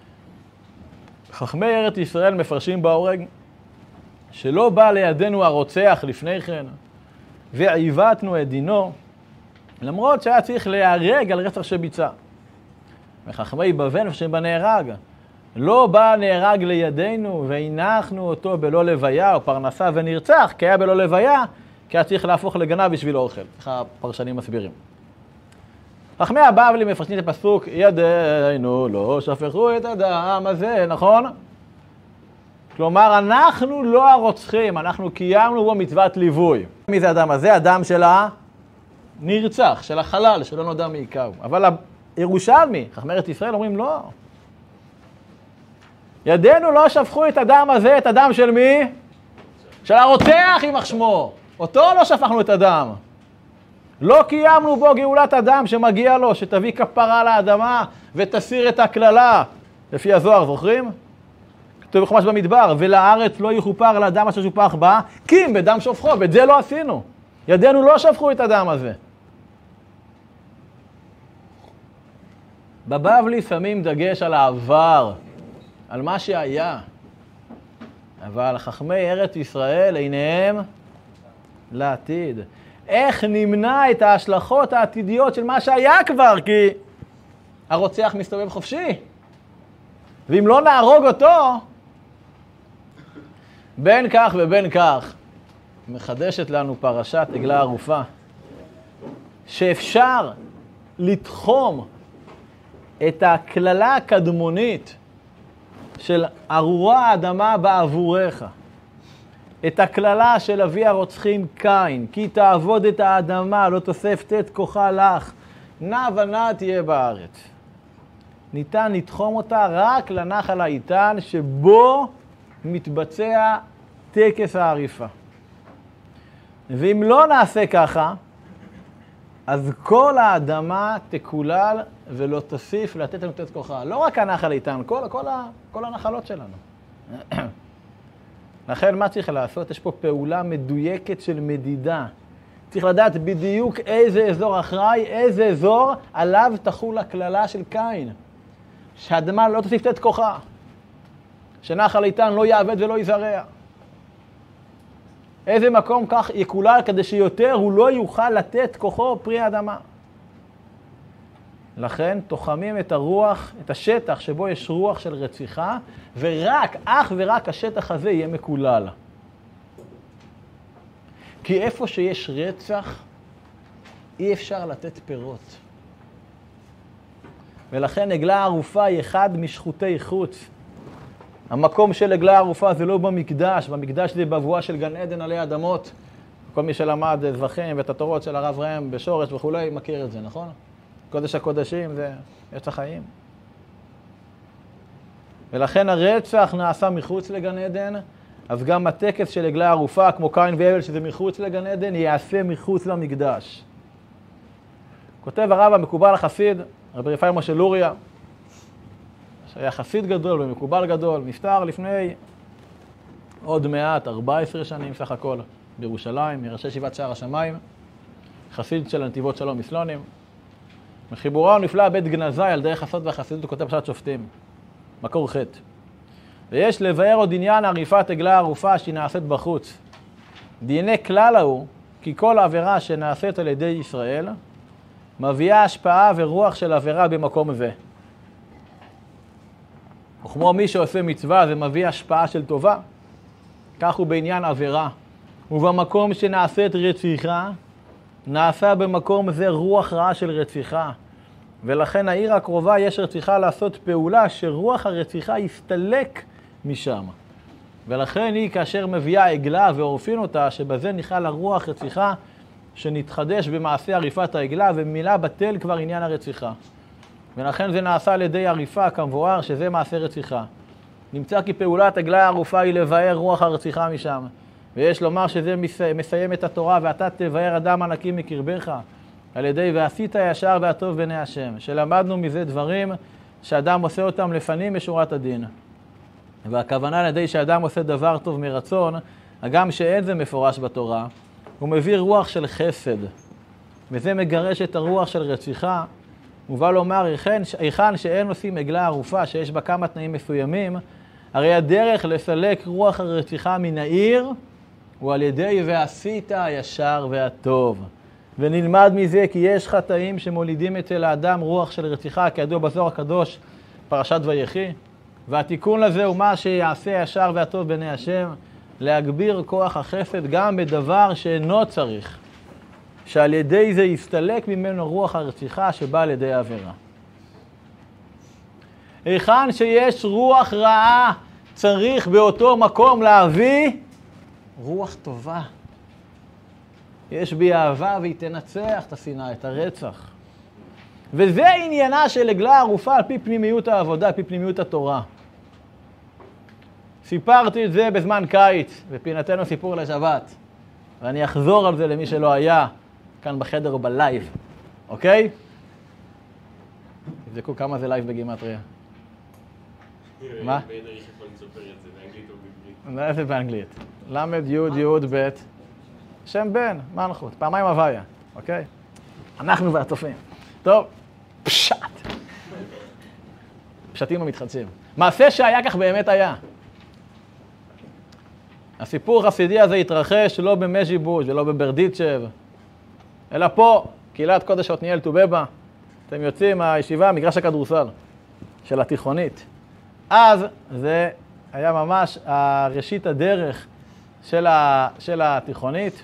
A: חכמי ארץ ישראל מפרשים בהורג שלא בא לידינו הרוצח לפני כן ועיוותנו את דינו, למרות שהיה צריך להיהרג על רצח שביצע. וחכמי בבל מפרשים בנהרג, לא בא נהרג לידינו והנחנו אותו בלא לוויה או פרנסה ונרצח, כי היה בלא לוויה, כי היה צריך להפוך לגנב בשביל אוכל. ככה הפרשנים מסבירים. חכמי הבבלי מפרשים את הפסוק, ידינו לא שפכו את הדם הזה, נכון? כלומר, אנחנו לא הרוצחים, אנחנו קיימנו בו מצוות ליווי. מי זה הדם הזה? הדם של הנרצח, של החלל, שלא נודע מי יקהו. אבל הירושלמי, חכמי ארץ ישראל, אומרים לא. ידינו לא שפכו את הדם הזה, את הדם של מי? של הרוצח יימח שמו. אותו לא שפכנו את הדם. לא קיימנו בו גאולת הדם שמגיע לו, שתביא כפרה לאדמה ותסיר את הכללה. לפי הזוהר, זוכרים? כתוב בחומש במדבר, ולארץ לא יכופר על הדם אשר שופך בה, כי אם בדם שופכו, ואת זה לא עשינו. ידינו לא שפכו את הדם הזה. בבבלי שמים דגש על העבר, על מה שהיה. אבל חכמי ארץ ישראל עיניהם לעתיד. איך נמנע את ההשלכות העתידיות של מה שהיה כבר? כי הרוצח מסתובב חופשי. ואם לא נהרוג אותו, בין כך ובין כך, מחדשת לנו פרשת עגלה ערופה, שאפשר לתחום את הכללה הקדמונית של ארורה האדמה בעבורך, את הכללה של אבי הרוצחים קין, כי תעבוד את האדמה, לא תוסף תת כוחה לך, נע ונע תהיה בארץ. ניתן לתחום אותה רק לנחל האיתן שבו מתבצע טקס העריפה. ואם לא נעשה ככה, אז כל האדמה תקולל ולא תוסיף לתת לנו תת כוחה. לא רק הנחל האיתן, כל, כל, כל הנחלות שלנו. לכן מה צריך לעשות? יש פה פעולה מדויקת של מדידה. צריך לדעת בדיוק איזה אזור אחראי, איזה אזור עליו תחול הכללה של קין. שהאדמה לא תוסיף את כוחה. שנחל איתן לא יעבד ולא יזרע. איזה מקום כך יקולל כדי שיותר הוא לא יוכל לתת כוחו פרי האדמה. לכן תוחמים את הרוח, את השטח שבו יש רוח של רציחה, ורק, אך ורק השטח הזה יהיה מקולל. כי איפה שיש רצח, אי אפשר לתת פירות. ולכן עגלה ערופה היא אחד משחוטי חוץ. המקום של עגלה ערופה זה לא במקדש, במקדש זה בבואה של גן עדן עלי אדמות. כל מי שלמד זבחים ואת התורות של הרב ראם בשורש וכולי מכיר את זה, נכון? קודש הקודשים זה יש החיים. ולכן הרצח נעשה מחוץ לגן עדן, אז גם הטקס של עגלה ערופה, כמו קין והבל שזה מחוץ לגן עדן, יעשה מחוץ למקדש. כותב הרב המקובל החסיד, רבי רפאי משה לוריה, שהיה חסיד גדול ומקובל גדול, נפטר לפני עוד מעט, ארבע עשרה שנים סך הכל, בירושלים, מראשי ישיבת שער השמיים, חסיד של נתיבות שלום מסלונים. מחיבורו הנפלא בית גנזי על דרך הסוד והחסידות הוא כותב פרשת שופטים, מקור חטא. ויש לבאר עוד עניין עריפת עגלה ערופה שהיא נעשית בחוץ. דיני כלל הוא כי כל עבירה שנעשית על ידי ישראל מביאה השפעה ורוח של עבירה במקום זה. וכמו מי שעושה מצווה זה מביא השפעה של טובה, כך הוא בעניין עבירה. ובמקום שנעשית רציחה, נעשה במקום זה רוח רעה של רציחה. ולכן העיר הקרובה יש רציחה לעשות פעולה שרוח הרציחה יסתלק משם. ולכן היא כאשר מביאה עגלה ועורפין אותה, שבזה נכלל הרוח רציחה שנתחדש במעשה עריפת העגלה, ומילה בטל כבר עניין הרציחה. ולכן זה נעשה על ידי עריפה כמבואר שזה מעשה רציחה. נמצא כי פעולת עגלה הערופה היא לבאר רוח הרציחה משם. ויש לומר שזה מסיים את התורה, ואתה תבאר אדם ענקים מקרבך, על ידי ועשית הישר והטוב בעיני השם. שלמדנו מזה דברים שאדם עושה אותם לפנים משורת הדין. והכוונה על ידי שאדם עושה דבר טוב מרצון, הגם שאין זה מפורש בתורה, הוא מביא רוח של חסד. וזה מגרש את הרוח של רציחה. הוא בא לומר, היכן שאין עושים עגלה ערופה, שיש בה כמה תנאים מסוימים, הרי הדרך לסלק רוח הרציחה מן העיר, הוא על ידי ועשית הישר והטוב. ונלמד מזה כי יש חטאים שמולידים אצל האדם רוח של רציחה, כידוע בזוהר הקדוש, פרשת ויחי. והתיקון לזה הוא מה שיעשה הישר והטוב בעיני השם, להגביר כוח החסד גם בדבר שאינו צריך, שעל ידי זה יסתלק ממנו רוח הרציחה שבא על ידי העבירה. היכן שיש רוח רעה, צריך באותו מקום להביא רוח טובה. יש בי אהבה והיא תנצח את השנאה, את הרצח. וזה עניינה של עגלה ערופה על פי פנימיות העבודה, על פי פנימיות התורה. סיפרתי את זה בזמן קיץ, בפינתנו סיפור לשבת. ואני אחזור על זה למי שלא היה כאן בחדר או בלייב, אוקיי? תבדקו כמה זה לייב בגימטריה. מה? זה באנגלית. למד יוד יוד בית. שם בן, מנחות, פעמיים הוויה, אוקיי? אנחנו והצופים. טוב, פשט. פשטים המתחדשים. מעשה שהיה כך באמת היה. הסיפור החסידי הזה התרחש לא במז'יבוז' ולא בברדיצ'ב, אלא פה, קהילת קודש עתניאל טובבה. אתם יוצאים מהישיבה, מגרש הכדורסל של התיכונית. אז זה היה ממש ראשית הדרך של, ה, של התיכונית.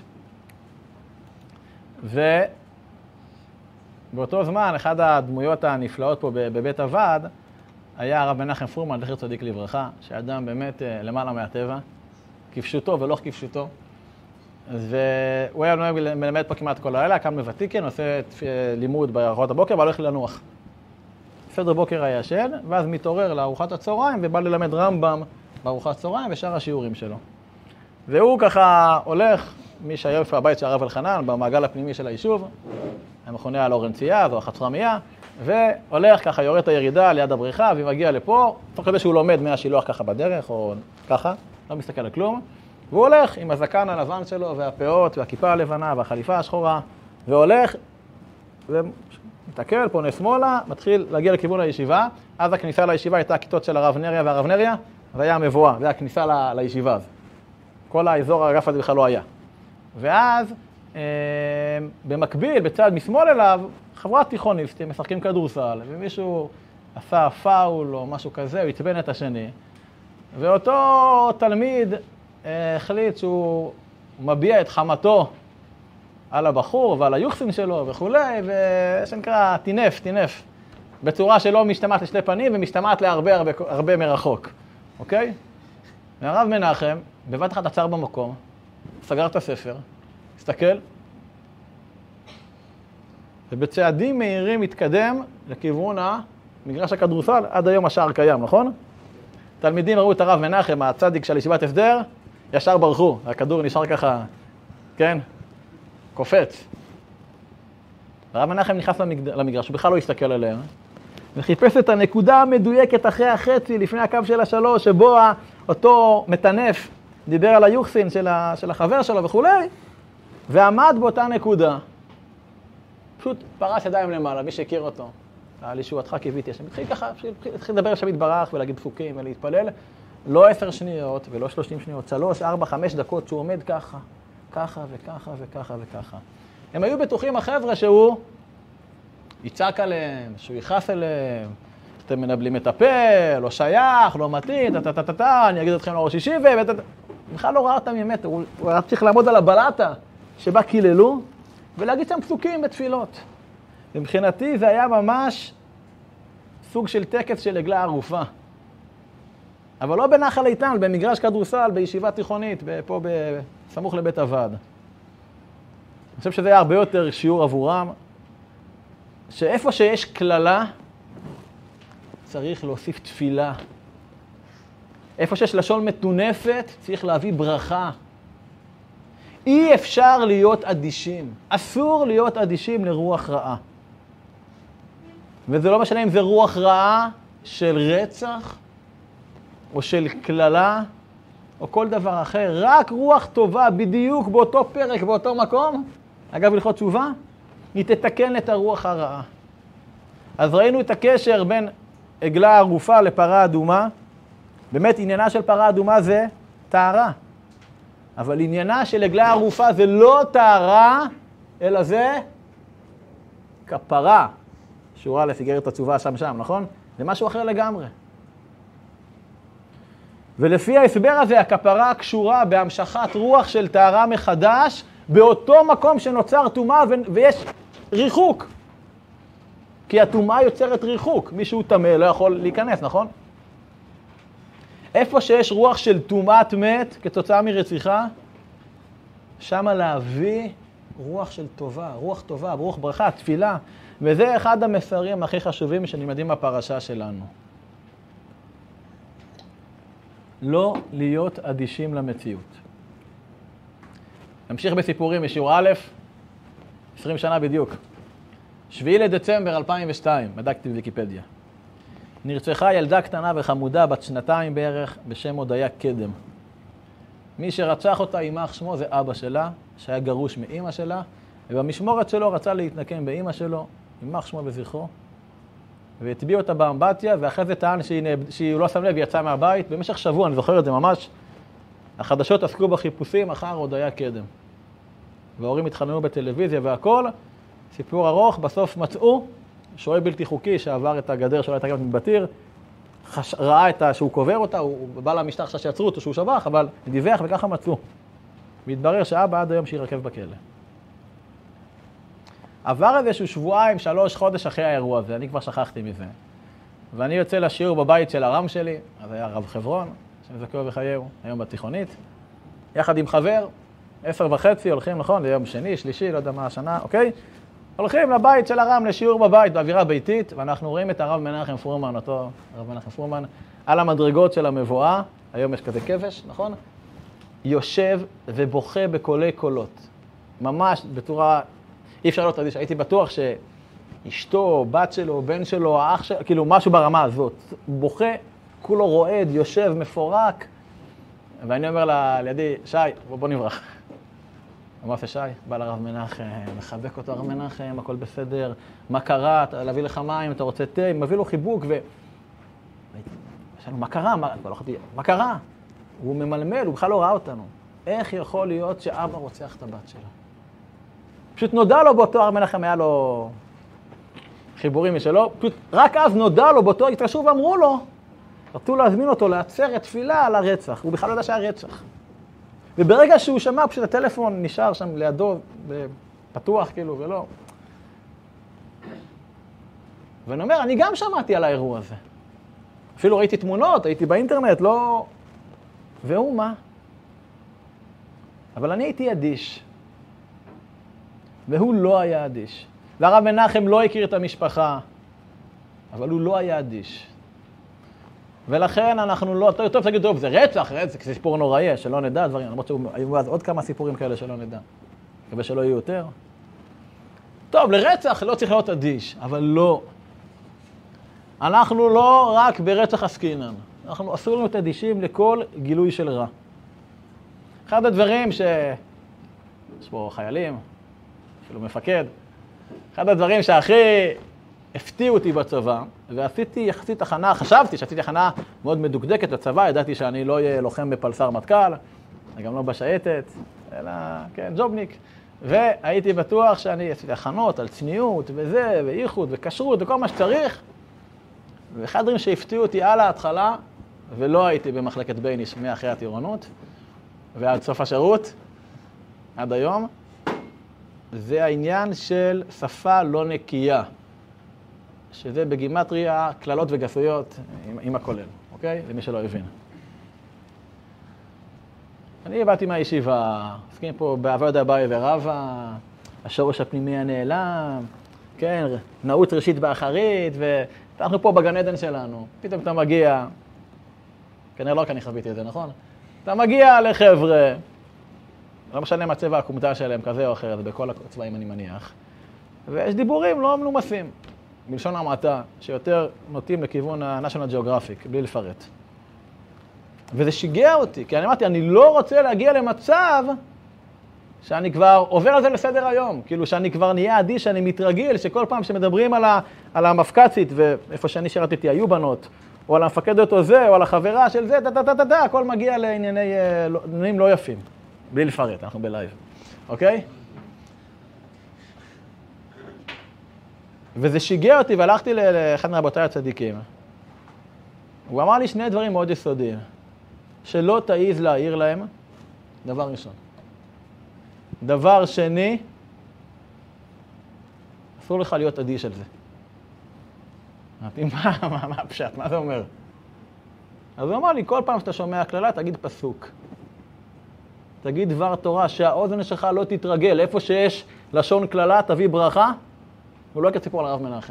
A: ובאותו זמן, אחד הדמויות הנפלאות פה בבית הוועד, היה הרב מנחם פורמן, זכר צדיק לברכה, שאדם באמת למעלה מהטבע, כפשוטו ולא כפשוטו. והוא היה נוהג מלמד פה כמעט כל הלילה, קם בוותיקן, עושה לימוד בארוחות הבוקר, והולך לנוח. סדר בוקר היה ישן, ואז מתעורר לארוחת הצהריים, ובא ללמד רמב"ם בארוחת צהריים ושאר השיעורים שלו. והוא ככה הולך, מי שהיה בפני הבית של הרב אלחנן, במעגל הפנימי של היישוב, המכונה הלורנצייה, זו החצרמייה, והולך ככה, יורד את הירידה ליד הבריכה, ומגיע לפה, תוך כדי שהוא לומד מהשילוח ככה בדרך, או ככה, לא מסתכל על כלום, והוא הולך עם הזקן הלבן שלו, והפאות, והכיפה הלבנה, והחליפה השחורה, והולך, ומתעכל, פונה שמאלה, מתחיל להגיע לכיוון הישיבה, אז הכניסה לישיבה הייתה הכיתות של הרב נריה והרב נריה, והיה המבואה, זה הכניסה ל- לישיבה הזו. כל האזור האגף הזה בכלל לא היה. ואז, אה, במקביל, בצד משמאל אליו, חברת תיכוניסטים משחקים כדורסל, ומישהו עשה פאול או משהו כזה, הוא עצבן את השני, ואותו תלמיד אה, החליט שהוא מביע את חמתו על הבחור ועל היוחסין שלו וכולי, ושנקרא טינף, טינף, בצורה שלא משתמעת לשתי פנים ומשתמעת להרבה הרבה, הרבה מרחוק, אוקיי? והרב מנחם, בבת אחת עצר במקום, סגר את הספר, הסתכל, ובצעדים מהירים התקדם לכיוון המגרש הכדורסל, עד היום השער קיים, נכון? תלמידים ראו את הרב מנחם, הצדיק של ישיבת הסדר, ישר ברחו, הכדור נשאר ככה, כן? קופץ. הרב מנחם נכנס למגרש, הוא בכלל לא הסתכל עליהם, וחיפש את הנקודה המדויקת אחרי החצי, לפני הקו של השלוש, שבו אותו מטנף דיבר על היוחסין של, ה, של החבר שלו וכולי, ועמד באותה נקודה. פשוט פרס ידיים למעלה, מי שהכיר אותו. על ישועתך קיוויתי השם. התחיל ככה, התחיל לדבר השם יתברך ולהגיד פסוקים ולהתפלל. לא עשר שניות ולא שלושים שניות, שלוש, ארבע, חמש דקות שהוא עומד ככה, ככה וככה וככה וככה. הם היו בטוחים החבר'ה שהוא יצעק עליהם, שהוא יכעס אליהם, אתם מנבלים את הפה, לא שייך, לא מתאים, טה-טה-טה-טה, אני אגיד אתכם לראש ישיבה, בכלל לא ראה אותם באמת, הוא היה צריך לעמוד על הבלטה שבה קיללו, ולהגיד שם פסוקים בתפילות. מבחינתי זה היה ממש סוג של טקס של עגלה ערופה. אבל לא בנחל איתן, במגרש כדורסל, בישיבה תיכונית, פה בסמוך לבית הוועד. אני חושב שזה היה הרבה יותר שיעור עבורם, שאיפה שיש כללה, צריך להוסיף תפילה. איפה שיש לשון מטונפת, צריך להביא ברכה. אי אפשר להיות אדישים. אסור להיות אדישים לרוח רעה. וזה לא משנה אם זה רוח רעה של רצח, או של כללה, או כל דבר אחר. רק רוח טובה בדיוק באותו פרק, באותו מקום. אגב, הלכות תשובה, היא תתקן את הרוח הרעה. אז ראינו את הקשר בין עגלה ערופה לפרה אדומה. באמת עניינה של פרה אדומה זה טהרה. אבל עניינה של עגלה ערופה זה לא טהרה, אלא זה כפרה. שורה לסיגרת התשובה שם שם, נכון? זה משהו אחר לגמרי. ולפי ההסבר הזה, הכפרה קשורה בהמשכת רוח של טהרה מחדש, באותו מקום שנוצר טומאה ויש ריחוק. כי הטומאה יוצרת ריחוק. מישהו טמא לא יכול להיכנס, נכון? איפה שיש רוח של טומאת מת כתוצאה מרציחה, שמה להביא רוח של טובה, רוח טובה, רוח ברכה, תפילה. וזה אחד המסרים הכי חשובים שנלמדים בפרשה שלנו. לא להיות אדישים למציאות. נמשיך בסיפורים משיעור א', עשרים שנה בדיוק. שביעי לדצמבר אלפיים ושתיים, בדקתי בוויקיפדיה. נרצחה ילדה קטנה וחמודה בת שנתיים בערך בשם הודיה קדם. מי שרצח אותה יימח שמו זה אבא שלה, שהיה גרוש מאמא שלה, ובמשמורת שלו רצה להתנקם באמא שלו, יימח שמו בזכרו, והטביע אותה באמבטיה, ואחרי זה טען שהיא, שהיא לא שם לב, היא יצאה מהבית. במשך שבוע, אני זוכר את זה ממש, החדשות עסקו בחיפושים אחר הודיה קדם. וההורים התחננו בטלוויזיה והכל, סיפור ארוך, בסוף מצאו שוהה בלתי חוקי שעבר את הגדר שלא הייתה גם מבטיר, חש... ראה את ה... שהוא קובר אותה, הוא בא למשטח שיצרו אותו שהוא שבח, אבל דיווח וככה מצאו. והתברר שאבא עד היום שירכב בכלא. עבר איזשהו שבועיים, שלוש חודש אחרי האירוע הזה, אני כבר שכחתי מזה. ואני יוצא לשיעור בבית של הרם שלי, אז היה רב חברון, שמזכו בחייהו, היום בתיכונית, יחד עם חבר, עשר וחצי הולכים, נכון, ליום שני, שלישי, לא יודע מה השנה, אוקיי? הולכים לבית של הרם לשיעור בבית, באווירה ביתית, ואנחנו רואים את הרב מנחם פרומן, אותו הרב מנחם פרומן, על המדרגות של המבואה, היום יש כזה כבש, נכון? יושב ובוכה בקולי קולות. ממש בצורה, אי אפשר להיות אדיש, הייתי בטוח שאשתו, בת שלו, בן שלו, האח שלו, כאילו משהו ברמה הזאת. בוכה, כולו רועד, יושב, מפורק, ואני אומר לה, לידי, שי, בוא, בוא נברח. מה עושה שי? בא לרב מנחם, מחבק אותו הרב מנחם, הכל בסדר, מה קרה? להביא לך מים, אתה רוצה תה, מביא לו חיבוק ו... מה קרה? מה, מה קרה? הוא ממלמל, הוא בכלל לא ראה אותנו. איך יכול להיות שאבא רוצח את הבת שלו? פשוט נודע לו באותו, הרב מנחם היה לו חיבורים משלו, פשוט רק אז נודע לו באותו, התקשרו ואמרו לו, רצו להזמין אותו לעצרת תפילה על הרצח, הוא בכלל לא יודע שהיה רצח. וברגע שהוא שמע, פשוט הטלפון נשאר שם לידו, פתוח כאילו, ולא. ואני אומר, אני גם שמעתי על האירוע הזה. אפילו ראיתי תמונות, הייתי באינטרנט, לא... והוא מה? אבל אני הייתי אדיש. והוא לא היה אדיש. והרב מנחם לא הכיר את המשפחה, אבל הוא לא היה אדיש. ולכן אנחנו לא... טוב, תגיד, טוב, זה רצח, רצח, זה סיפור נוראי, שלא נדע דברים, למרות שהיו אז עוד כמה סיפורים כאלה שלא נדע. מקווה שלא יהיו יותר. טוב, לרצח לא צריך להיות אדיש, אבל לא. אנחנו לא רק ברצח עסקינן, אנחנו אסור לנו להיות אדישים לכל גילוי של רע. אחד הדברים ש... יש פה חיילים, אפילו מפקד, אחד הדברים שהכי הפתיעו אותי בצבא, ועשיתי יחסית הכנה, חשבתי שעשיתי הכנה מאוד מדוקדקת לצבא, ידעתי שאני לא אהיה לוחם בפלסר מטכ"ל, גם לא בשייטת, אלא, כן, ג'ובניק. והייתי בטוח שאני עשיתי הכנות על צניעות וזה, ואיכות וכשרות וכל מה שצריך. ואחד הדברים שהפתיעו אותי על ההתחלה, ולא הייתי במחלקת בייניש מאחרי הטירונות, ועד סוף השירות, עד היום, זה העניין של שפה לא נקייה, שזה בגימטריה, כללות וגסויות עם, עם הכולל, אוקיי? למי שלא הבין. אני באתי מהישיבה, עסקים פה בעבוד אביי ורבא, השורש הפנימי הנעלם, כן, נעוץ ראשית באחרית, ואנחנו פה בגן עדן שלנו. פתאום אתה מגיע, כנראה לא רק אני חוויתי את זה, נכון? אתה מגיע לחבר'ה, לא משנה מה צבע הקומטה שלהם, כזה או אחרת, בכל הצבעים אני מניח, ויש דיבורים לא מנומסים, בלשון המעטה, שיותר נוטים לכיוון ה-National Geographic, בלי לפרט. וזה שיגע אותי, כי אני אמרתי, אני לא רוצה להגיע למצב שאני כבר עובר על זה לסדר היום, כאילו שאני כבר נהיה אדיש, שאני מתרגיל, שכל פעם שמדברים על, ה, על המפקצית, ואיפה שאני שירתתי היו בנות, או על המפקדת או זה, או על החברה של זה, טה-טה-טה-טה, הכל מגיע לענייני עניינים לא יפים, בלי לפרט, אנחנו בלייב, אוקיי? וזה שיגע אותי, והלכתי לאחד מרבותיי הצדיקים. הוא אמר לי שני דברים מאוד יסודיים. שלא תעיז להעיר להם, דבר ראשון. דבר שני, אסור לך להיות אדיש על זה. אמרתי, מה, מה, מה הפשט? מה זה אומר? אז הוא אמר לי, כל פעם שאתה שומע כללה, תגיד פסוק. תגיד דבר תורה, שהאוזן שלך לא תתרגל. איפה שיש לשון כללה, תביא ברכה. הוא לא יקרה סיפור על הרב מנחם.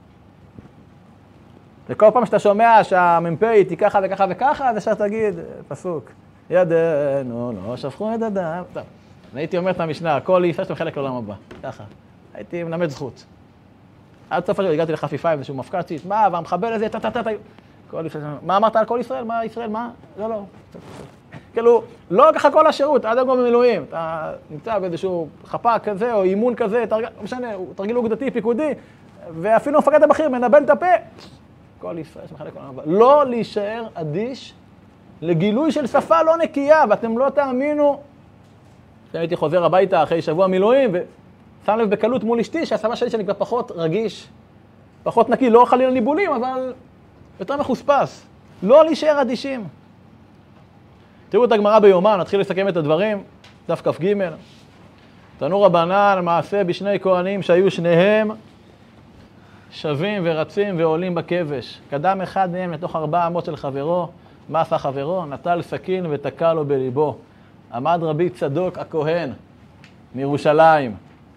A: וכל פעם שאתה שומע שהמ"פית היא ככה וככה וככה, אז אפשר תגיד, פסוק, ידינו לא שפכו את הדם. טוב, אני הייתי אומר את המשנה, כל ישראל שאתם חלק לעולם הבא, ככה. הייתי מלמד זכות. עד סוף השבוע הגעתי לחפיפה עם איזשהו מפקצית, מה, והמחבל הזה, טה-טה-טה, כל ישראל, מה אמרת על כל ישראל? מה ישראל? מה? לא, לא. כאילו, לא ככה כל השירות, עד היום במילואים. אתה נמצא באיזשהו חפ"ק כזה, או אימון כזה, לא משנה, תרגיל אוגדתי, פיקודי, ואפילו מפקד הבכיר מנבל את הפה. כל ישראל שמחלק לעולם הבא. לא להישאר אדיש לגילוי של שפה לא נקייה, ואתם לא תאמינו. הייתי חוזר הביתה אחרי שבוע מילואים, ושם לב בקלות מול אשתי, שהשפה שלי שאני כבר פחות רגיש, פחות נקי, לא חלילה ניבולים, אבל יותר מחוספס. לא להישאר אדישים. תראו את הגמרא ביומן, נתחיל לסכם את הדברים, דף כ"ג. תנו רבנן מעשה בשני כהנים שהיו שניהם שווים ורצים ועולים בכבש. קדם אחד מהם לתוך ארבע אמות של חברו, מה עשה חברו? נטל סכין ותקע לו בליבו. עמד רבי צדוק הכהן מירושלים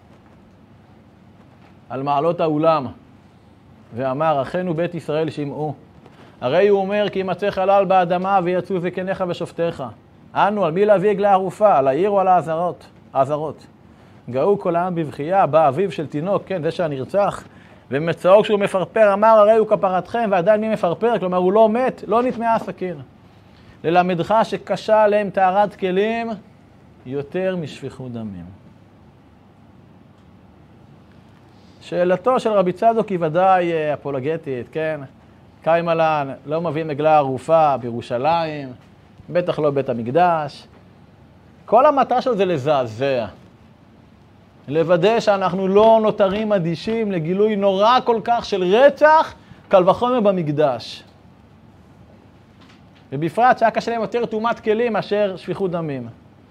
A: על מעלות האולם ואמר, אחינו בית ישראל שמעו. הרי הוא אומר, כי ימצא חלל באדמה ויצאו זקניך ושופטיך. אנו, על מי להביא עגלה ערופה? על העיר או על העזרות? העזרות. גאו כל העם בבכייה, בא אביו של תינוק, כן, זה שהנרצח, ומצאו כשהוא מפרפר, אמר, הרי הוא כפרתכם, ועדיין מי מפרפר? כלומר, הוא לא מת, לא נטמעה הסכין. ללמדך שקשה עליהם טהרת כלים יותר משפיכות דמים. שאלתו של רבי צדוק היא ודאי אפולוגטית, כן? קיימלן לא מביא מגלה ערופה בירושלים, בטח לא בית המקדש. כל המטרה שלו זה לזעזע. לוודא שאנחנו לא נותרים אדישים לגילוי נורא כל כך של רצח, קל וחומר במקדש. ובפרט שהיה קשה להם יותר תאומת כלים מאשר שפיכות דמים.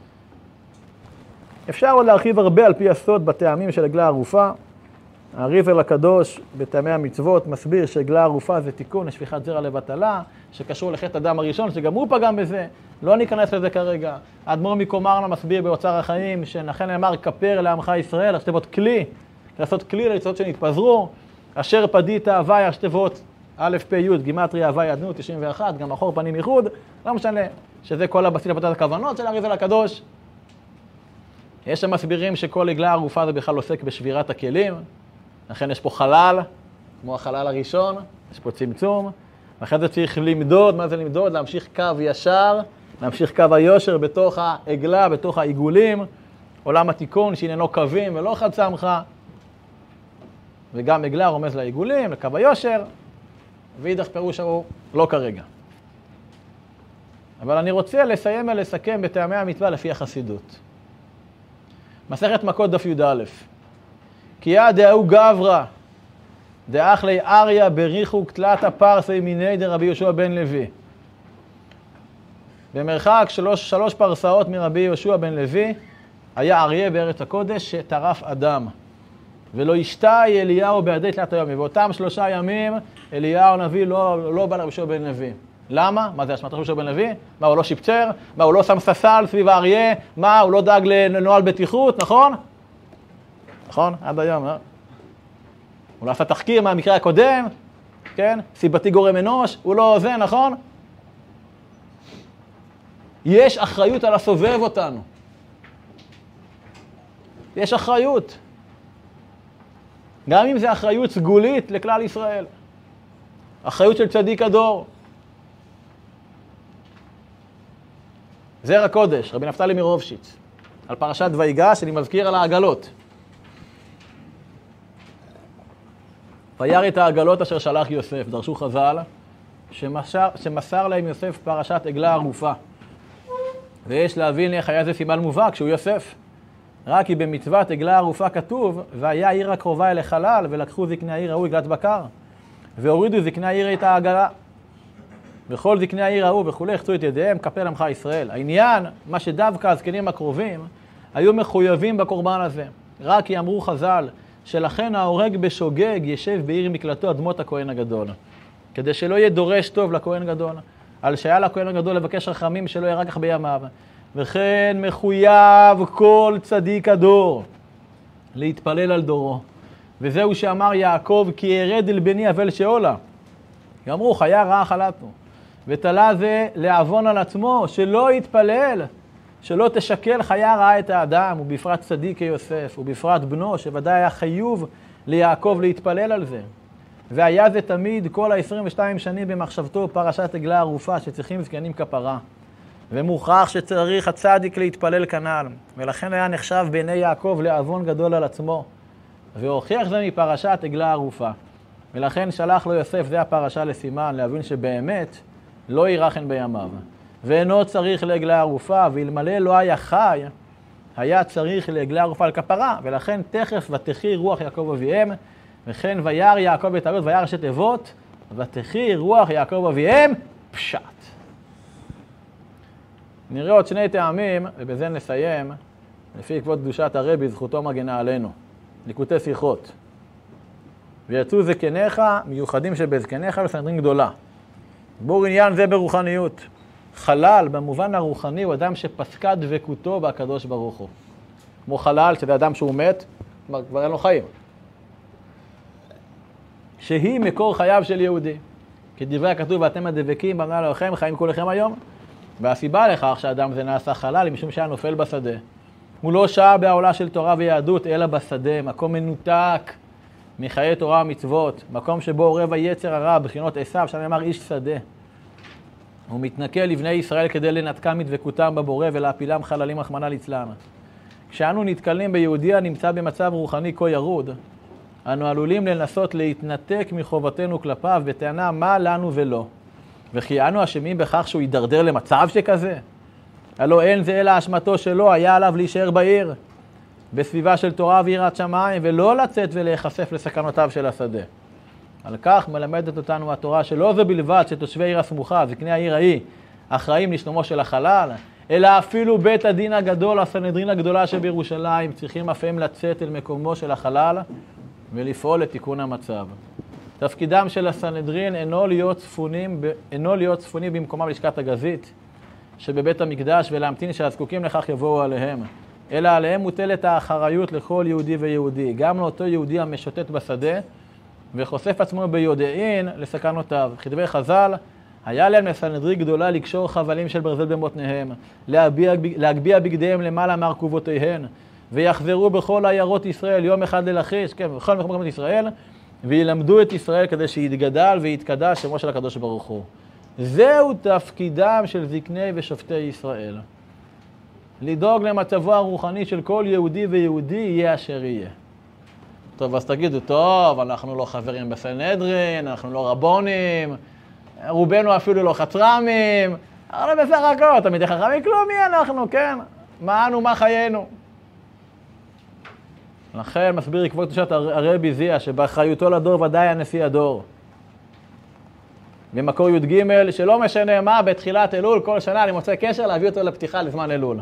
A: אפשר עוד להרחיב הרבה על פי הסוד בטעמים של עגלה ערופה. הריבל הקדוש בטעמי המצוות מסביר שעגלה ערופה זה תיקון לשפיכת זרע לבטלה, שקשור לחטא אדם הראשון, שגם הוא פגם בזה. לא ניכנס לזה כרגע. האדמו"ר מקומרנה מסביר באוצר החיים, שנכן נאמר כפר לעמך ישראל, השתבות כלי, לעשות כלי ליצוות שנתפזרו, אשר פדית הווי, השתבות א' פ' י' גימטריה הווי אדנות תשעים ואחת, גם אחור פנים ייחוד, לא משנה, שזה כל הבסיס לפתת הכוונות של הריבל הקדוש. יש שם מסבירים שכל עגלה ערופה זה בכלל עוסק בשבירת הכלים, לכן יש פה חלל, כמו החלל הראשון, יש פה צמצום, ואחרי זה צריך למדוד, מה זה למדוד? להמשיך קו ישר, להמשיך קו היושר בתוך העגלה, בתוך העיגולים, עולם התיקון שעניינו קווים ולא חד סמכה, וגם עגלה רומז לעיגולים, לקו היושר, ואידך פירוש הוא לא כרגע. אבל אני רוצה לסיים ולסכם בטעמי המצווה לפי החסידות. מסכת מכות דף י"א. כי יא דאהו גברא, דאח לי אריה בריחו קטלת הפרסי מיני דרבי יהושע בן לוי. במרחק שלוש, שלוש פרסאות מרבי יהושע בן לוי, היה אריה בארץ הקודש שטרף אדם. ולא ישתאי אליהו בידי תלת היום. ובאותם שלושה ימים אליהו הנביא לא, לא בא לרבי יהושע בן לוי. למה? מה זה אשמת רבי יהושע בן לוי? מה, הוא לא שיפצר? מה, הוא לא שם ססל סביב האריה? מה, הוא לא דאג לנוהל בטיחות, נכון? נכון? עד היום, אה? הוא לא עשה תחקיר מהמקרה הקודם, כן? סיבתי גורם אנוש, הוא לא זה, נכון? יש אחריות על הסובב אותנו. יש אחריות. גם אם זה אחריות סגולית לכלל ישראל. אחריות של צדיק הדור. זרע קודש, רבי נפתלי מרובשיץ, על פרשת ויגש, אני מזכיר על העגלות. וירא את העגלות אשר שלח יוסף, דרשו חז"ל, שמסר, שמסר להם יוסף פרשת עגלה ערופה. ויש להבין איך היה זה סימן מובהק שהוא יוסף. רק כי במצוות עגלה ערופה כתוב, והיה העיר הקרובה אל החלל, ולקחו זקני העיר ההוא עגלת בקר, והורידו זקני העיר את העגלה. וכל זקני העיר ההוא וכולי יחצו את ידיהם, כפר עמך ישראל. העניין, מה שדווקא הזקנים הקרובים, היו מחויבים בקורבן הזה. רק כי אמרו חז"ל, שלכן ההורג בשוגג ישב בעיר מקלטו אדמות הכהן הגדול. כדי שלא יהיה דורש טוב לכהן גדול. על שהיה לכהן הגדול לבקש רחמים שלא יהיה רק כך בימיו. וכן מחויב כל צדיק הדור להתפלל על דורו. וזהו שאמר יעקב, כי ירד אל בני אבל שאולה. אמרו, חיה רעה חלטנו. ותלה זה לעוון על עצמו, שלא יתפלל, שלא תשקל חיה רעה את האדם, ובפרט צדיק כיוסף, ובפרט בנו, שוודאי היה חיוב ליעקב להתפלל על זה. והיה זה תמיד כל ה-עשרים ושתיים שנים במחשבתו פרשת עגלה ערופה, שצריכים זקנים כפרה. ומוכרח שצריך הצדיק להתפלל כנ"ל, ולכן היה נחשב בעיני יעקב לעוון גדול על עצמו. והוכיח זה מפרשת עגלה ערופה. ולכן שלח לו יוסף, זה הפרשה לסימן, להבין שבאמת לא ירחן בימיו. ואינו צריך לעגלה ערופה, ואלמלא לא היה חי, היה צריך לעגלה ערופה על כפרה, ולכן תכף ותחי רוח יעקב אביהם, וכן וירא יעקב את הערות, וירא ראשי תיבות, ותחי רוח יעקב אביהם, פשט. נראה עוד שני טעמים, ובזה נסיים, לפי כבוד קדושת הרבי, זכותו מגנה עלינו. ליקוטי שיחות. ויצאו זקניך, מיוחדים שבזקניך וסנהדרין גדולה. בור עניין זה ברוחניות. חלל, במובן הרוחני, הוא אדם שפסקה דבקותו בהקדוש ברוך הוא. כמו חלל, שזה אדם שהוא מת, כבר אין לו חיים. שהיא מקור חייו של יהודי. כדברי הכתוב, ואתם הדבקים, במנה לכם, חיים כולכם היום. והסיבה לכך שהאדם זה נעשה חלל, משום שהיה נופל בשדה. הוא לא שעה בעולה של תורה ויהדות, אלא בשדה, מקום מנותק מחיי תורה ומצוות, מקום שבו עורב היצר הרע, בחינות עשיו, שם אמר איש שדה. הוא מתנכל לבני ישראל כדי לנתקם מדבקותם בבורא ולהפילם חללים רחמנא ליצלן. כשאנו נתקלים ביהודי הנמצא במצב רוחני כה ירוד, אנו עלולים לנסות להתנתק מחובתנו כלפיו בטענה מה לנו ולא. וכי אנו אשמים בכך שהוא יידרדר למצב שכזה? הלא אין זה אלא אשמתו שלו, היה עליו להישאר בעיר, בסביבה של תורה ויראת שמיים, ולא לצאת ולהיחשף לסכנותיו של השדה. על כך מלמדת אותנו התורה שלא זה בלבד שתושבי עיר הסמוכה, זקני העיר ההיא, אחראים לשלומו של החלל, אלא אפילו בית הדין הגדול, הסנהדרין הגדולה שבירושלים, צריכים אף הם לצאת אל מקומו של החלל ולפעול לתיקון המצב. תפקידם של הסנהדרין אינו להיות צפונים, אינו להיות צפונים במקומם לשכת הגזית שבבית המקדש ולהמתין שהזקוקים לכך יבואו עליהם, אלא עליהם מוטלת האחריות לכל יהודי ויהודי, גם לאותו יהודי המשוטט בשדה וחושף עצמו ביודעין לסכנותיו. כדברי חז"ל, היה להם לסנהדרין גדולה לקשור חבלים של ברזל במותניהם, להגביה, להגביה בגדיהם למעלה מארכובותיהן, ויחזרו בכל עיירות ישראל יום אחד ללחיש, כן, בכל מקומות ישראל, וילמדו את ישראל כדי שיתגדל ויתקדש שמו של הקדוש ברוך הוא. זהו תפקידם של זקני ושופטי ישראל. לדאוג למצבו הרוחני של כל יהודי ויהודי יהיה אשר יהיה. טוב, אז תגידו, טוב, אנחנו לא חברים בסנהדרין, אנחנו לא רבונים, רובנו אפילו לא חצרמים, אבל בסך הכל, תמיד חכמים כלום, מי אנחנו, כן? מה אנו, מה חיינו? לכן מסביר עקבות קדושת הרבי זיה, שבאחריותו לדור ודאי הנשיא הדור. במקור י"ג, שלא משנה מה, בתחילת אלול, כל שנה אני מוצא קשר להביא אותו לפתיחה לזמן אלול.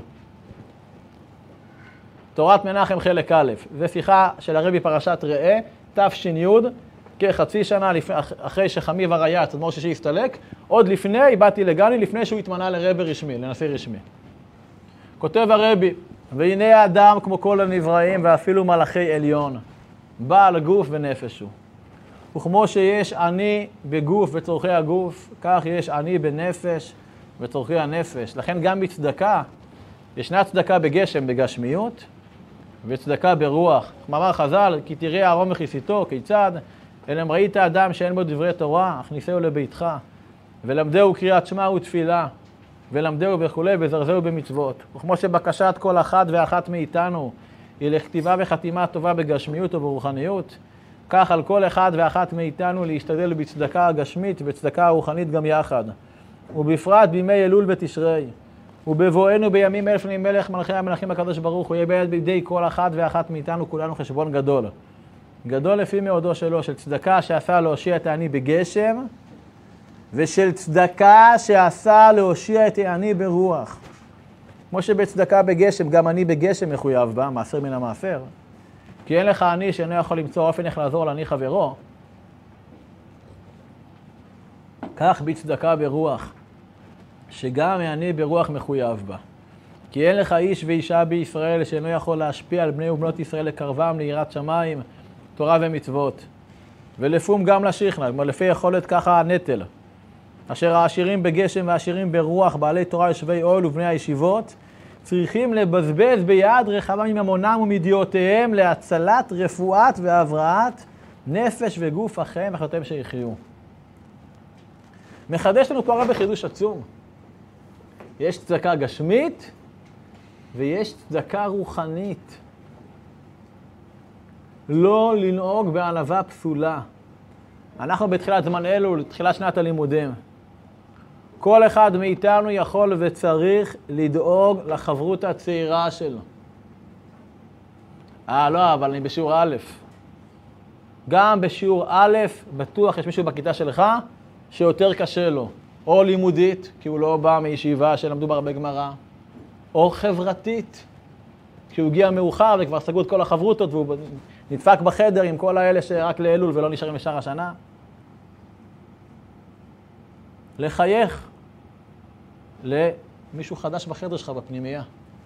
A: תורת מנחם חלק א', זה שיחה של הרבי פרשת ראה, תש"י, כחצי שנה לפני, אחרי שחמיב הרייץ, אדמו"ר שישי הסתלק, עוד לפני, באתי לגני, לפני שהוא התמנה לרבי רשמי, לנשיא רשמי. כותב הרבי, והנה האדם כמו כל הנבראים ואפילו מלאכי עליון, בעל גוף ונפש הוא. וכמו שיש אני בגוף וצורכי הגוף, כך יש אני בנפש וצורכי הנפש. לכן גם בצדקה, ישנה צדקה בגשם, בגשמיות, וצדקה ברוח. מאמר חז"ל, כי תראה אהרון וכיסיתו, כיצד? אלם ראית אדם שאין בו דברי תורה, הכניסהו לביתך, ולמדהו קריאת שמע ותפילה, ולמדהו וכולי, וזרזהו במצוות. וכמו שבקשת כל אחת ואחת מאיתנו היא לכתיבה וחתימה טובה בגשמיות וברוחניות, כך על כל אחד ואחת מאיתנו להשתדל בצדקה הגשמית וצדקה הרוחנית גם יחד. ובפרט בימי אלול ותשרי. ובבואנו בימים אלה לפני מלך מלכי המלכים הקדוש ברוך הוא, יהיה בידי כל אחד ואחת מאיתנו כולנו חשבון גדול. גדול לפי מאודו שלו, של צדקה שעשה להושיע את העני בגשם, ושל צדקה שעשה להושיע את העני ברוח. כמו שבצדקה בגשם, גם אני בגשם מחויב בה, מעשר מן המאפר. כי אין לך עני שאינו יכול למצוא אופן איך לעזור לעני חברו. כך בצדקה ברוח, שגם העני ברוח מחויב בה. כי אין לך איש ואישה בישראל שאינו יכול להשפיע על בני ובנות ישראל לקרבם ליראת שמיים, תורה ומצוות. ולפום גם לשכנה, כמו לפי יכולת ככה הנטל. אשר העשירים בגשם והעשירים ברוח, בעלי תורה יושבי אוהל ובני הישיבות, צריכים לבזבז ביד רחבה מממונם ומדיעותיהם להצלת רפואת והבראת נפש וגוף אחיהם ואחיותיהם שיחיו. מחדש לנו פה הרבה חידוש עצום. יש צדקה גשמית ויש צדקה רוחנית. לא לנהוג בענווה פסולה. אנחנו בתחילת זמן אלו, לתחילת שנת הלימודים. כל אחד מאיתנו יכול וצריך לדאוג לחברות הצעירה שלו. אה, לא, אבל אני בשיעור א'. גם בשיעור א', בטוח יש מישהו בכיתה שלך שיותר קשה לו. או לימודית, כי הוא לא בא מישיבה שלמדו בה הרבה גמרא, או חברתית, כי הוא הגיע מאוחר וכבר סגרו את כל החברותות והוא נדפק בחדר עם כל האלה שרק לאלול ולא נשארים לשאר השנה. לחייך למישהו חדש בחדר שלך בפנימייה.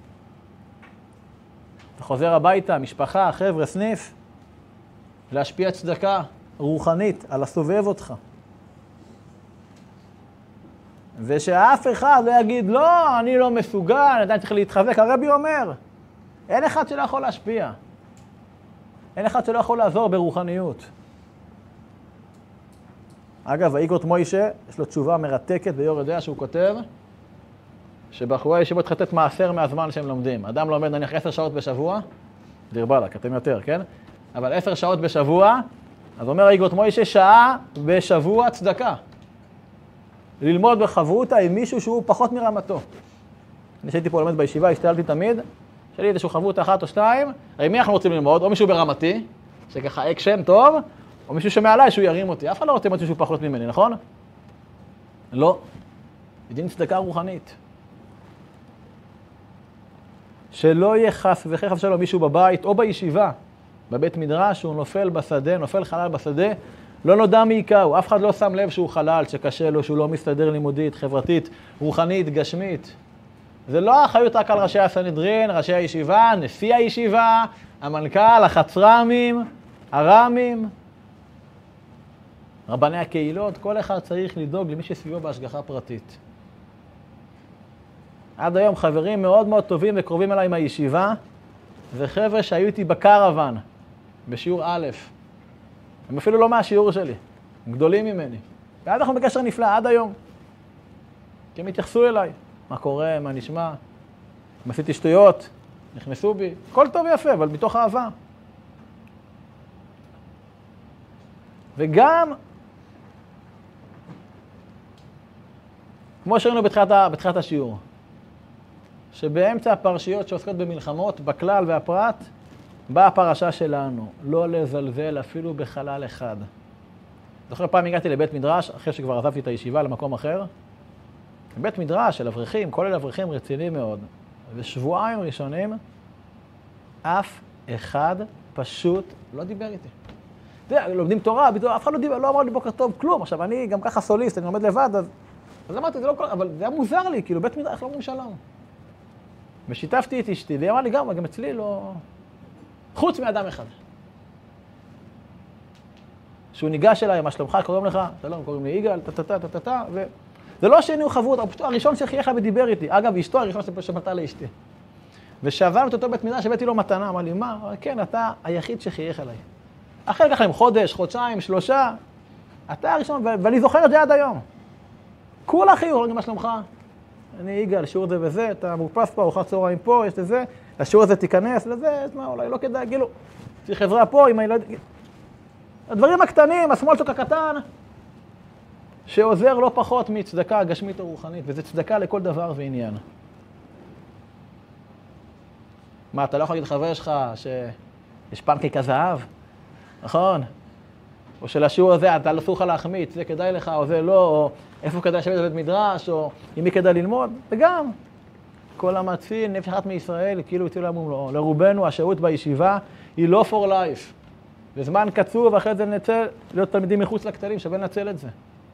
A: אתה חוזר הביתה, משפחה, חבר'ה, סניף, להשפיע צדקה רוחנית על הסובב אותך. ושאף אחד לא יגיד, לא, אני לא מסוגל, אני עדיין צריך להתחזק. הרבי אומר, אין אחד שלא יכול להשפיע. אין אחד שלא יכול לעזור ברוחניות. אגב, ויקרות מוישה, יש לו תשובה מרתקת ביור יודע שהוא כותב, שבחורי הישיבות חטאת מעשר מהזמן שהם לומדים. אדם לומד נניח עשר שעות בשבוע, דיר באלק, אתם יותר, כן? אבל עשר שעות בשבוע, אז אומר ויקרות מוישה, שעה בשבוע צדקה. ללמוד בחברותה עם מישהו שהוא פחות מרמתו. אני שהייתי פה לומד בישיבה, השתלתי תמיד, שלי איזשהו חברות אחת או שתיים, הרי מי אנחנו רוצים ללמוד? או מישהו ברמתי, שככה אקשן טוב, או מישהו שמעליי שהוא ירים אותי. אף אחד לא רוצה ללמוד מישהו פחות ממני, נכון? לא. דין צדקה רוחנית. שלא יהיה חס וחרב שלו מישהו בבית או בישיבה, בבית מדרש, שהוא נופל בשדה, נופל חלל בשדה, לא נודע מי יקהו, אף אחד לא שם לב שהוא חלל, שקשה לו, שהוא לא מסתדר לימודית, חברתית, רוחנית, גשמית. זה לא האחריות רק על ראשי הסנהדרין, ראשי הישיבה, נשיא הישיבה, המנכ"ל, החצרמים, הרמים, רבני הקהילות, כל אחד צריך לדאוג למי שסביבו בהשגחה פרטית. עד היום חברים מאוד מאוד טובים וקרובים אליי מהישיבה, זה חבר'ה שהיו איתי בקרוון, בשיעור א', הם אפילו לא מהשיעור שלי, הם גדולים ממני. ועד אנחנו בקשר נפלא, עד היום. כי הם התייחסו אליי, מה קורה, מה נשמע, אם עשיתי שטויות, נכנסו בי, הכל טוב ויפה, אבל מתוך אהבה. וגם, כמו שראינו בתחילת, בתחילת השיעור, שבאמצע הפרשיות שעוסקות במלחמות, בכלל והפרט, באה הפרשה שלנו, לא לזלזל אפילו בחלל אחד. זוכר פעם הגעתי לבית מדרש, אחרי שכבר עזבתי את הישיבה למקום אחר, בית מדרש של אברכים, כל אלה אברכים רציניים מאוד, ושבועיים ראשונים, אף אחד פשוט לא דיבר איתי. אתה יודע, לומדים תורה, אף אחד לא דיבר, לא אמר לי בוקר טוב, כלום. עכשיו, אני גם ככה סוליסט, אני לומד לבד, אז, אז אמרתי, זה לא כל... אבל זה היה מוזר לי, כאילו, בית מדרש לא אומרים שלום. ושיתפתי את אשתי, והיא אמרה לי גם, גם אצלי לא... חוץ מאדם אחד. שהוא ניגש אליי, מה שלומך, קוראים לך, שלום, קוראים לי יגאל, טטטה, טטטה, ו... זה לא שהיינו חברות, הוא פשוט הראשון שחייך ודיבר איתי. אגב, אשתו הראשון שבטה לאשתי. ושעברנו את אותו בית מדרש, הבאתי לו מתנה, אמר לי, מה? כן, אתה היחיד שחייך אליי. אחרי כך להם חודש, חודשיים, שלושה, אתה הראשון, ואני זוכר את זה עד היום. כולה חיוך, רגע, מה שלומך? אני יגאל, שיעור זה וזה, אתה מופס פה, ארוחת צהריים פה, יש לזה, לשיעור הזה תיכנס, לזה, מה, אולי לא כדאי, כאילו, צריך עזרה פה, אם אני לא יודע... הדברים הקטנים, השמאלצ'וק הקטן, שעוזר לא פחות מצדקה גשמית או רוחנית, וזה צדקה לכל דבר ועניין. מה, אתה לא יכול להגיד לחבר שלך שיש פנקק הזהב? נכון? או שלשיעור הזה, אתה לא אסור לך להחמיץ, זה כדאי לך, או זה לא, או איפה כדאי לשבת בבית מדרש, או עם מי כדאי ללמוד, וגם כל המציל, נפש אחת מישראל, כאילו הציעו להם ומלואו. לרובנו, השהות בישיבה היא לא for life. בזמן קצוב, ואחרי זה נצא להיות תלמידים מחוץ לכתלים, שווה לנצל את זה.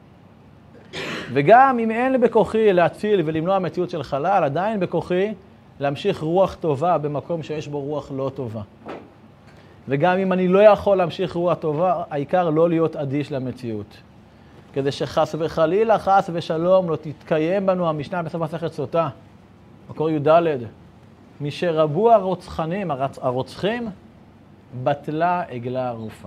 A: וגם אם אין לי בכוחי להציל ולמנוע מציאות של חלל, עדיין בכוחי להמשיך רוח טובה במקום שיש בו רוח לא טובה. וגם אם אני לא יכול להמשיך רוח טובה, העיקר לא להיות אדיש למציאות. כדי שחס וחלילה, חס ושלום, לא תתקיים בנו המשנה בסוף מסכת סוטה. מקור י"ד, משרבו הרוצחנים, הרוצחים, בטלה עגלה ערופה.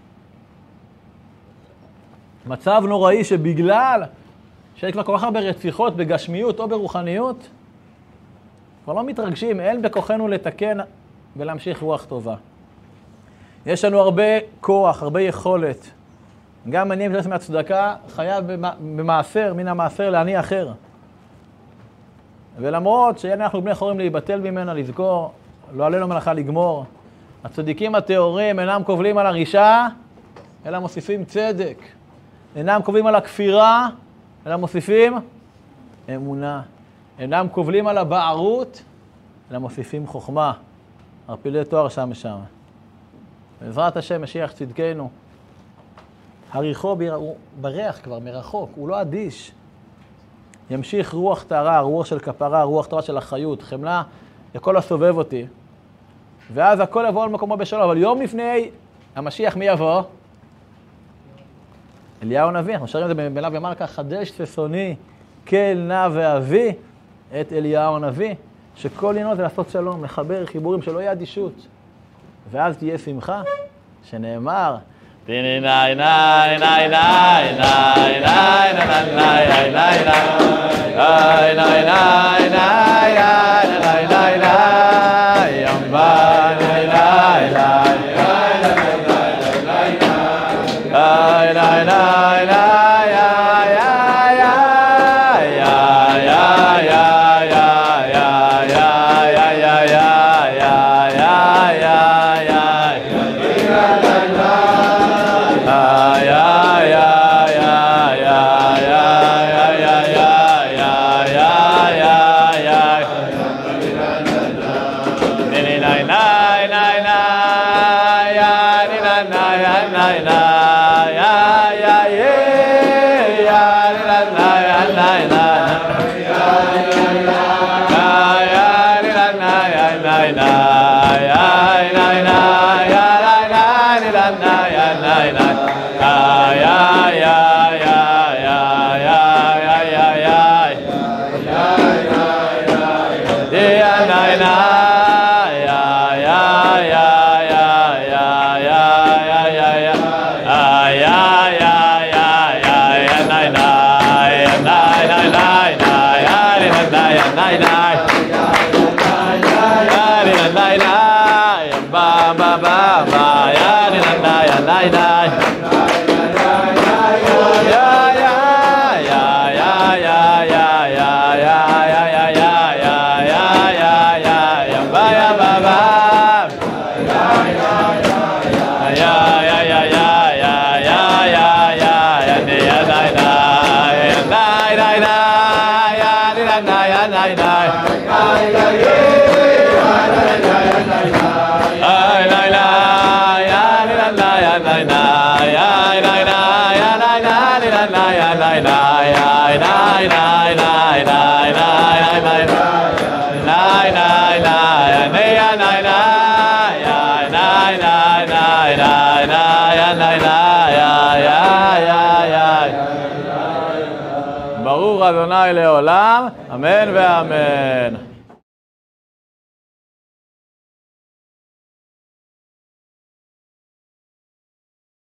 A: מצב נוראי שבגלל שיש כבר כל כך הרבה רציחות בגשמיות או ברוחניות, כבר לא מתרגשים, אין בכוחנו לתקן ולהמשיך רוח טובה. יש לנו הרבה כוח, הרבה יכולת. גם אני מתייחס מהצדקה, חייב במעשר, מן המעשר לעני אחר. ולמרות שאנחנו בני חורים להיבטל ממנה, לזכור, לא עלינו מלאכה לגמור. הצדיקים הטהורים אינם קובלים על הרישה, אלא מוסיפים צדק. אינם קובלים על הכפירה, אלא מוסיפים אמונה. אינם קובלים על הבערות, אלא מוסיפים חוכמה. הרפילי תואר שם ושם. בעזרת השם, משיח צדקנו. הריחו הוא בריח כבר, מרחוק, הוא לא אדיש. ימשיך רוח טהרה, רוח של כפרה, רוח טהרה של החיות, חמלה לכל הסובב אותי. ואז הכל יבוא על מקומו בשלום. אבל יום לפני המשיח מי יבוא? אליהו הנביא. אנחנו שרים את זה בלאו ומלכה, חדש ששוני, כל נא ואבי את אליהו הנביא. שכל עניינו זה לעשות שלום, לחבר חיבורים שלא יהיה אדישות. ואז תהיה שמחה, שנאמר, Tini nai nai nai nai nai nai nai nai nai nai nai nai nai nai nai nai yamba nai nai nai nai nai nai nai ברוך אדוני לעולם, אמן ואמן.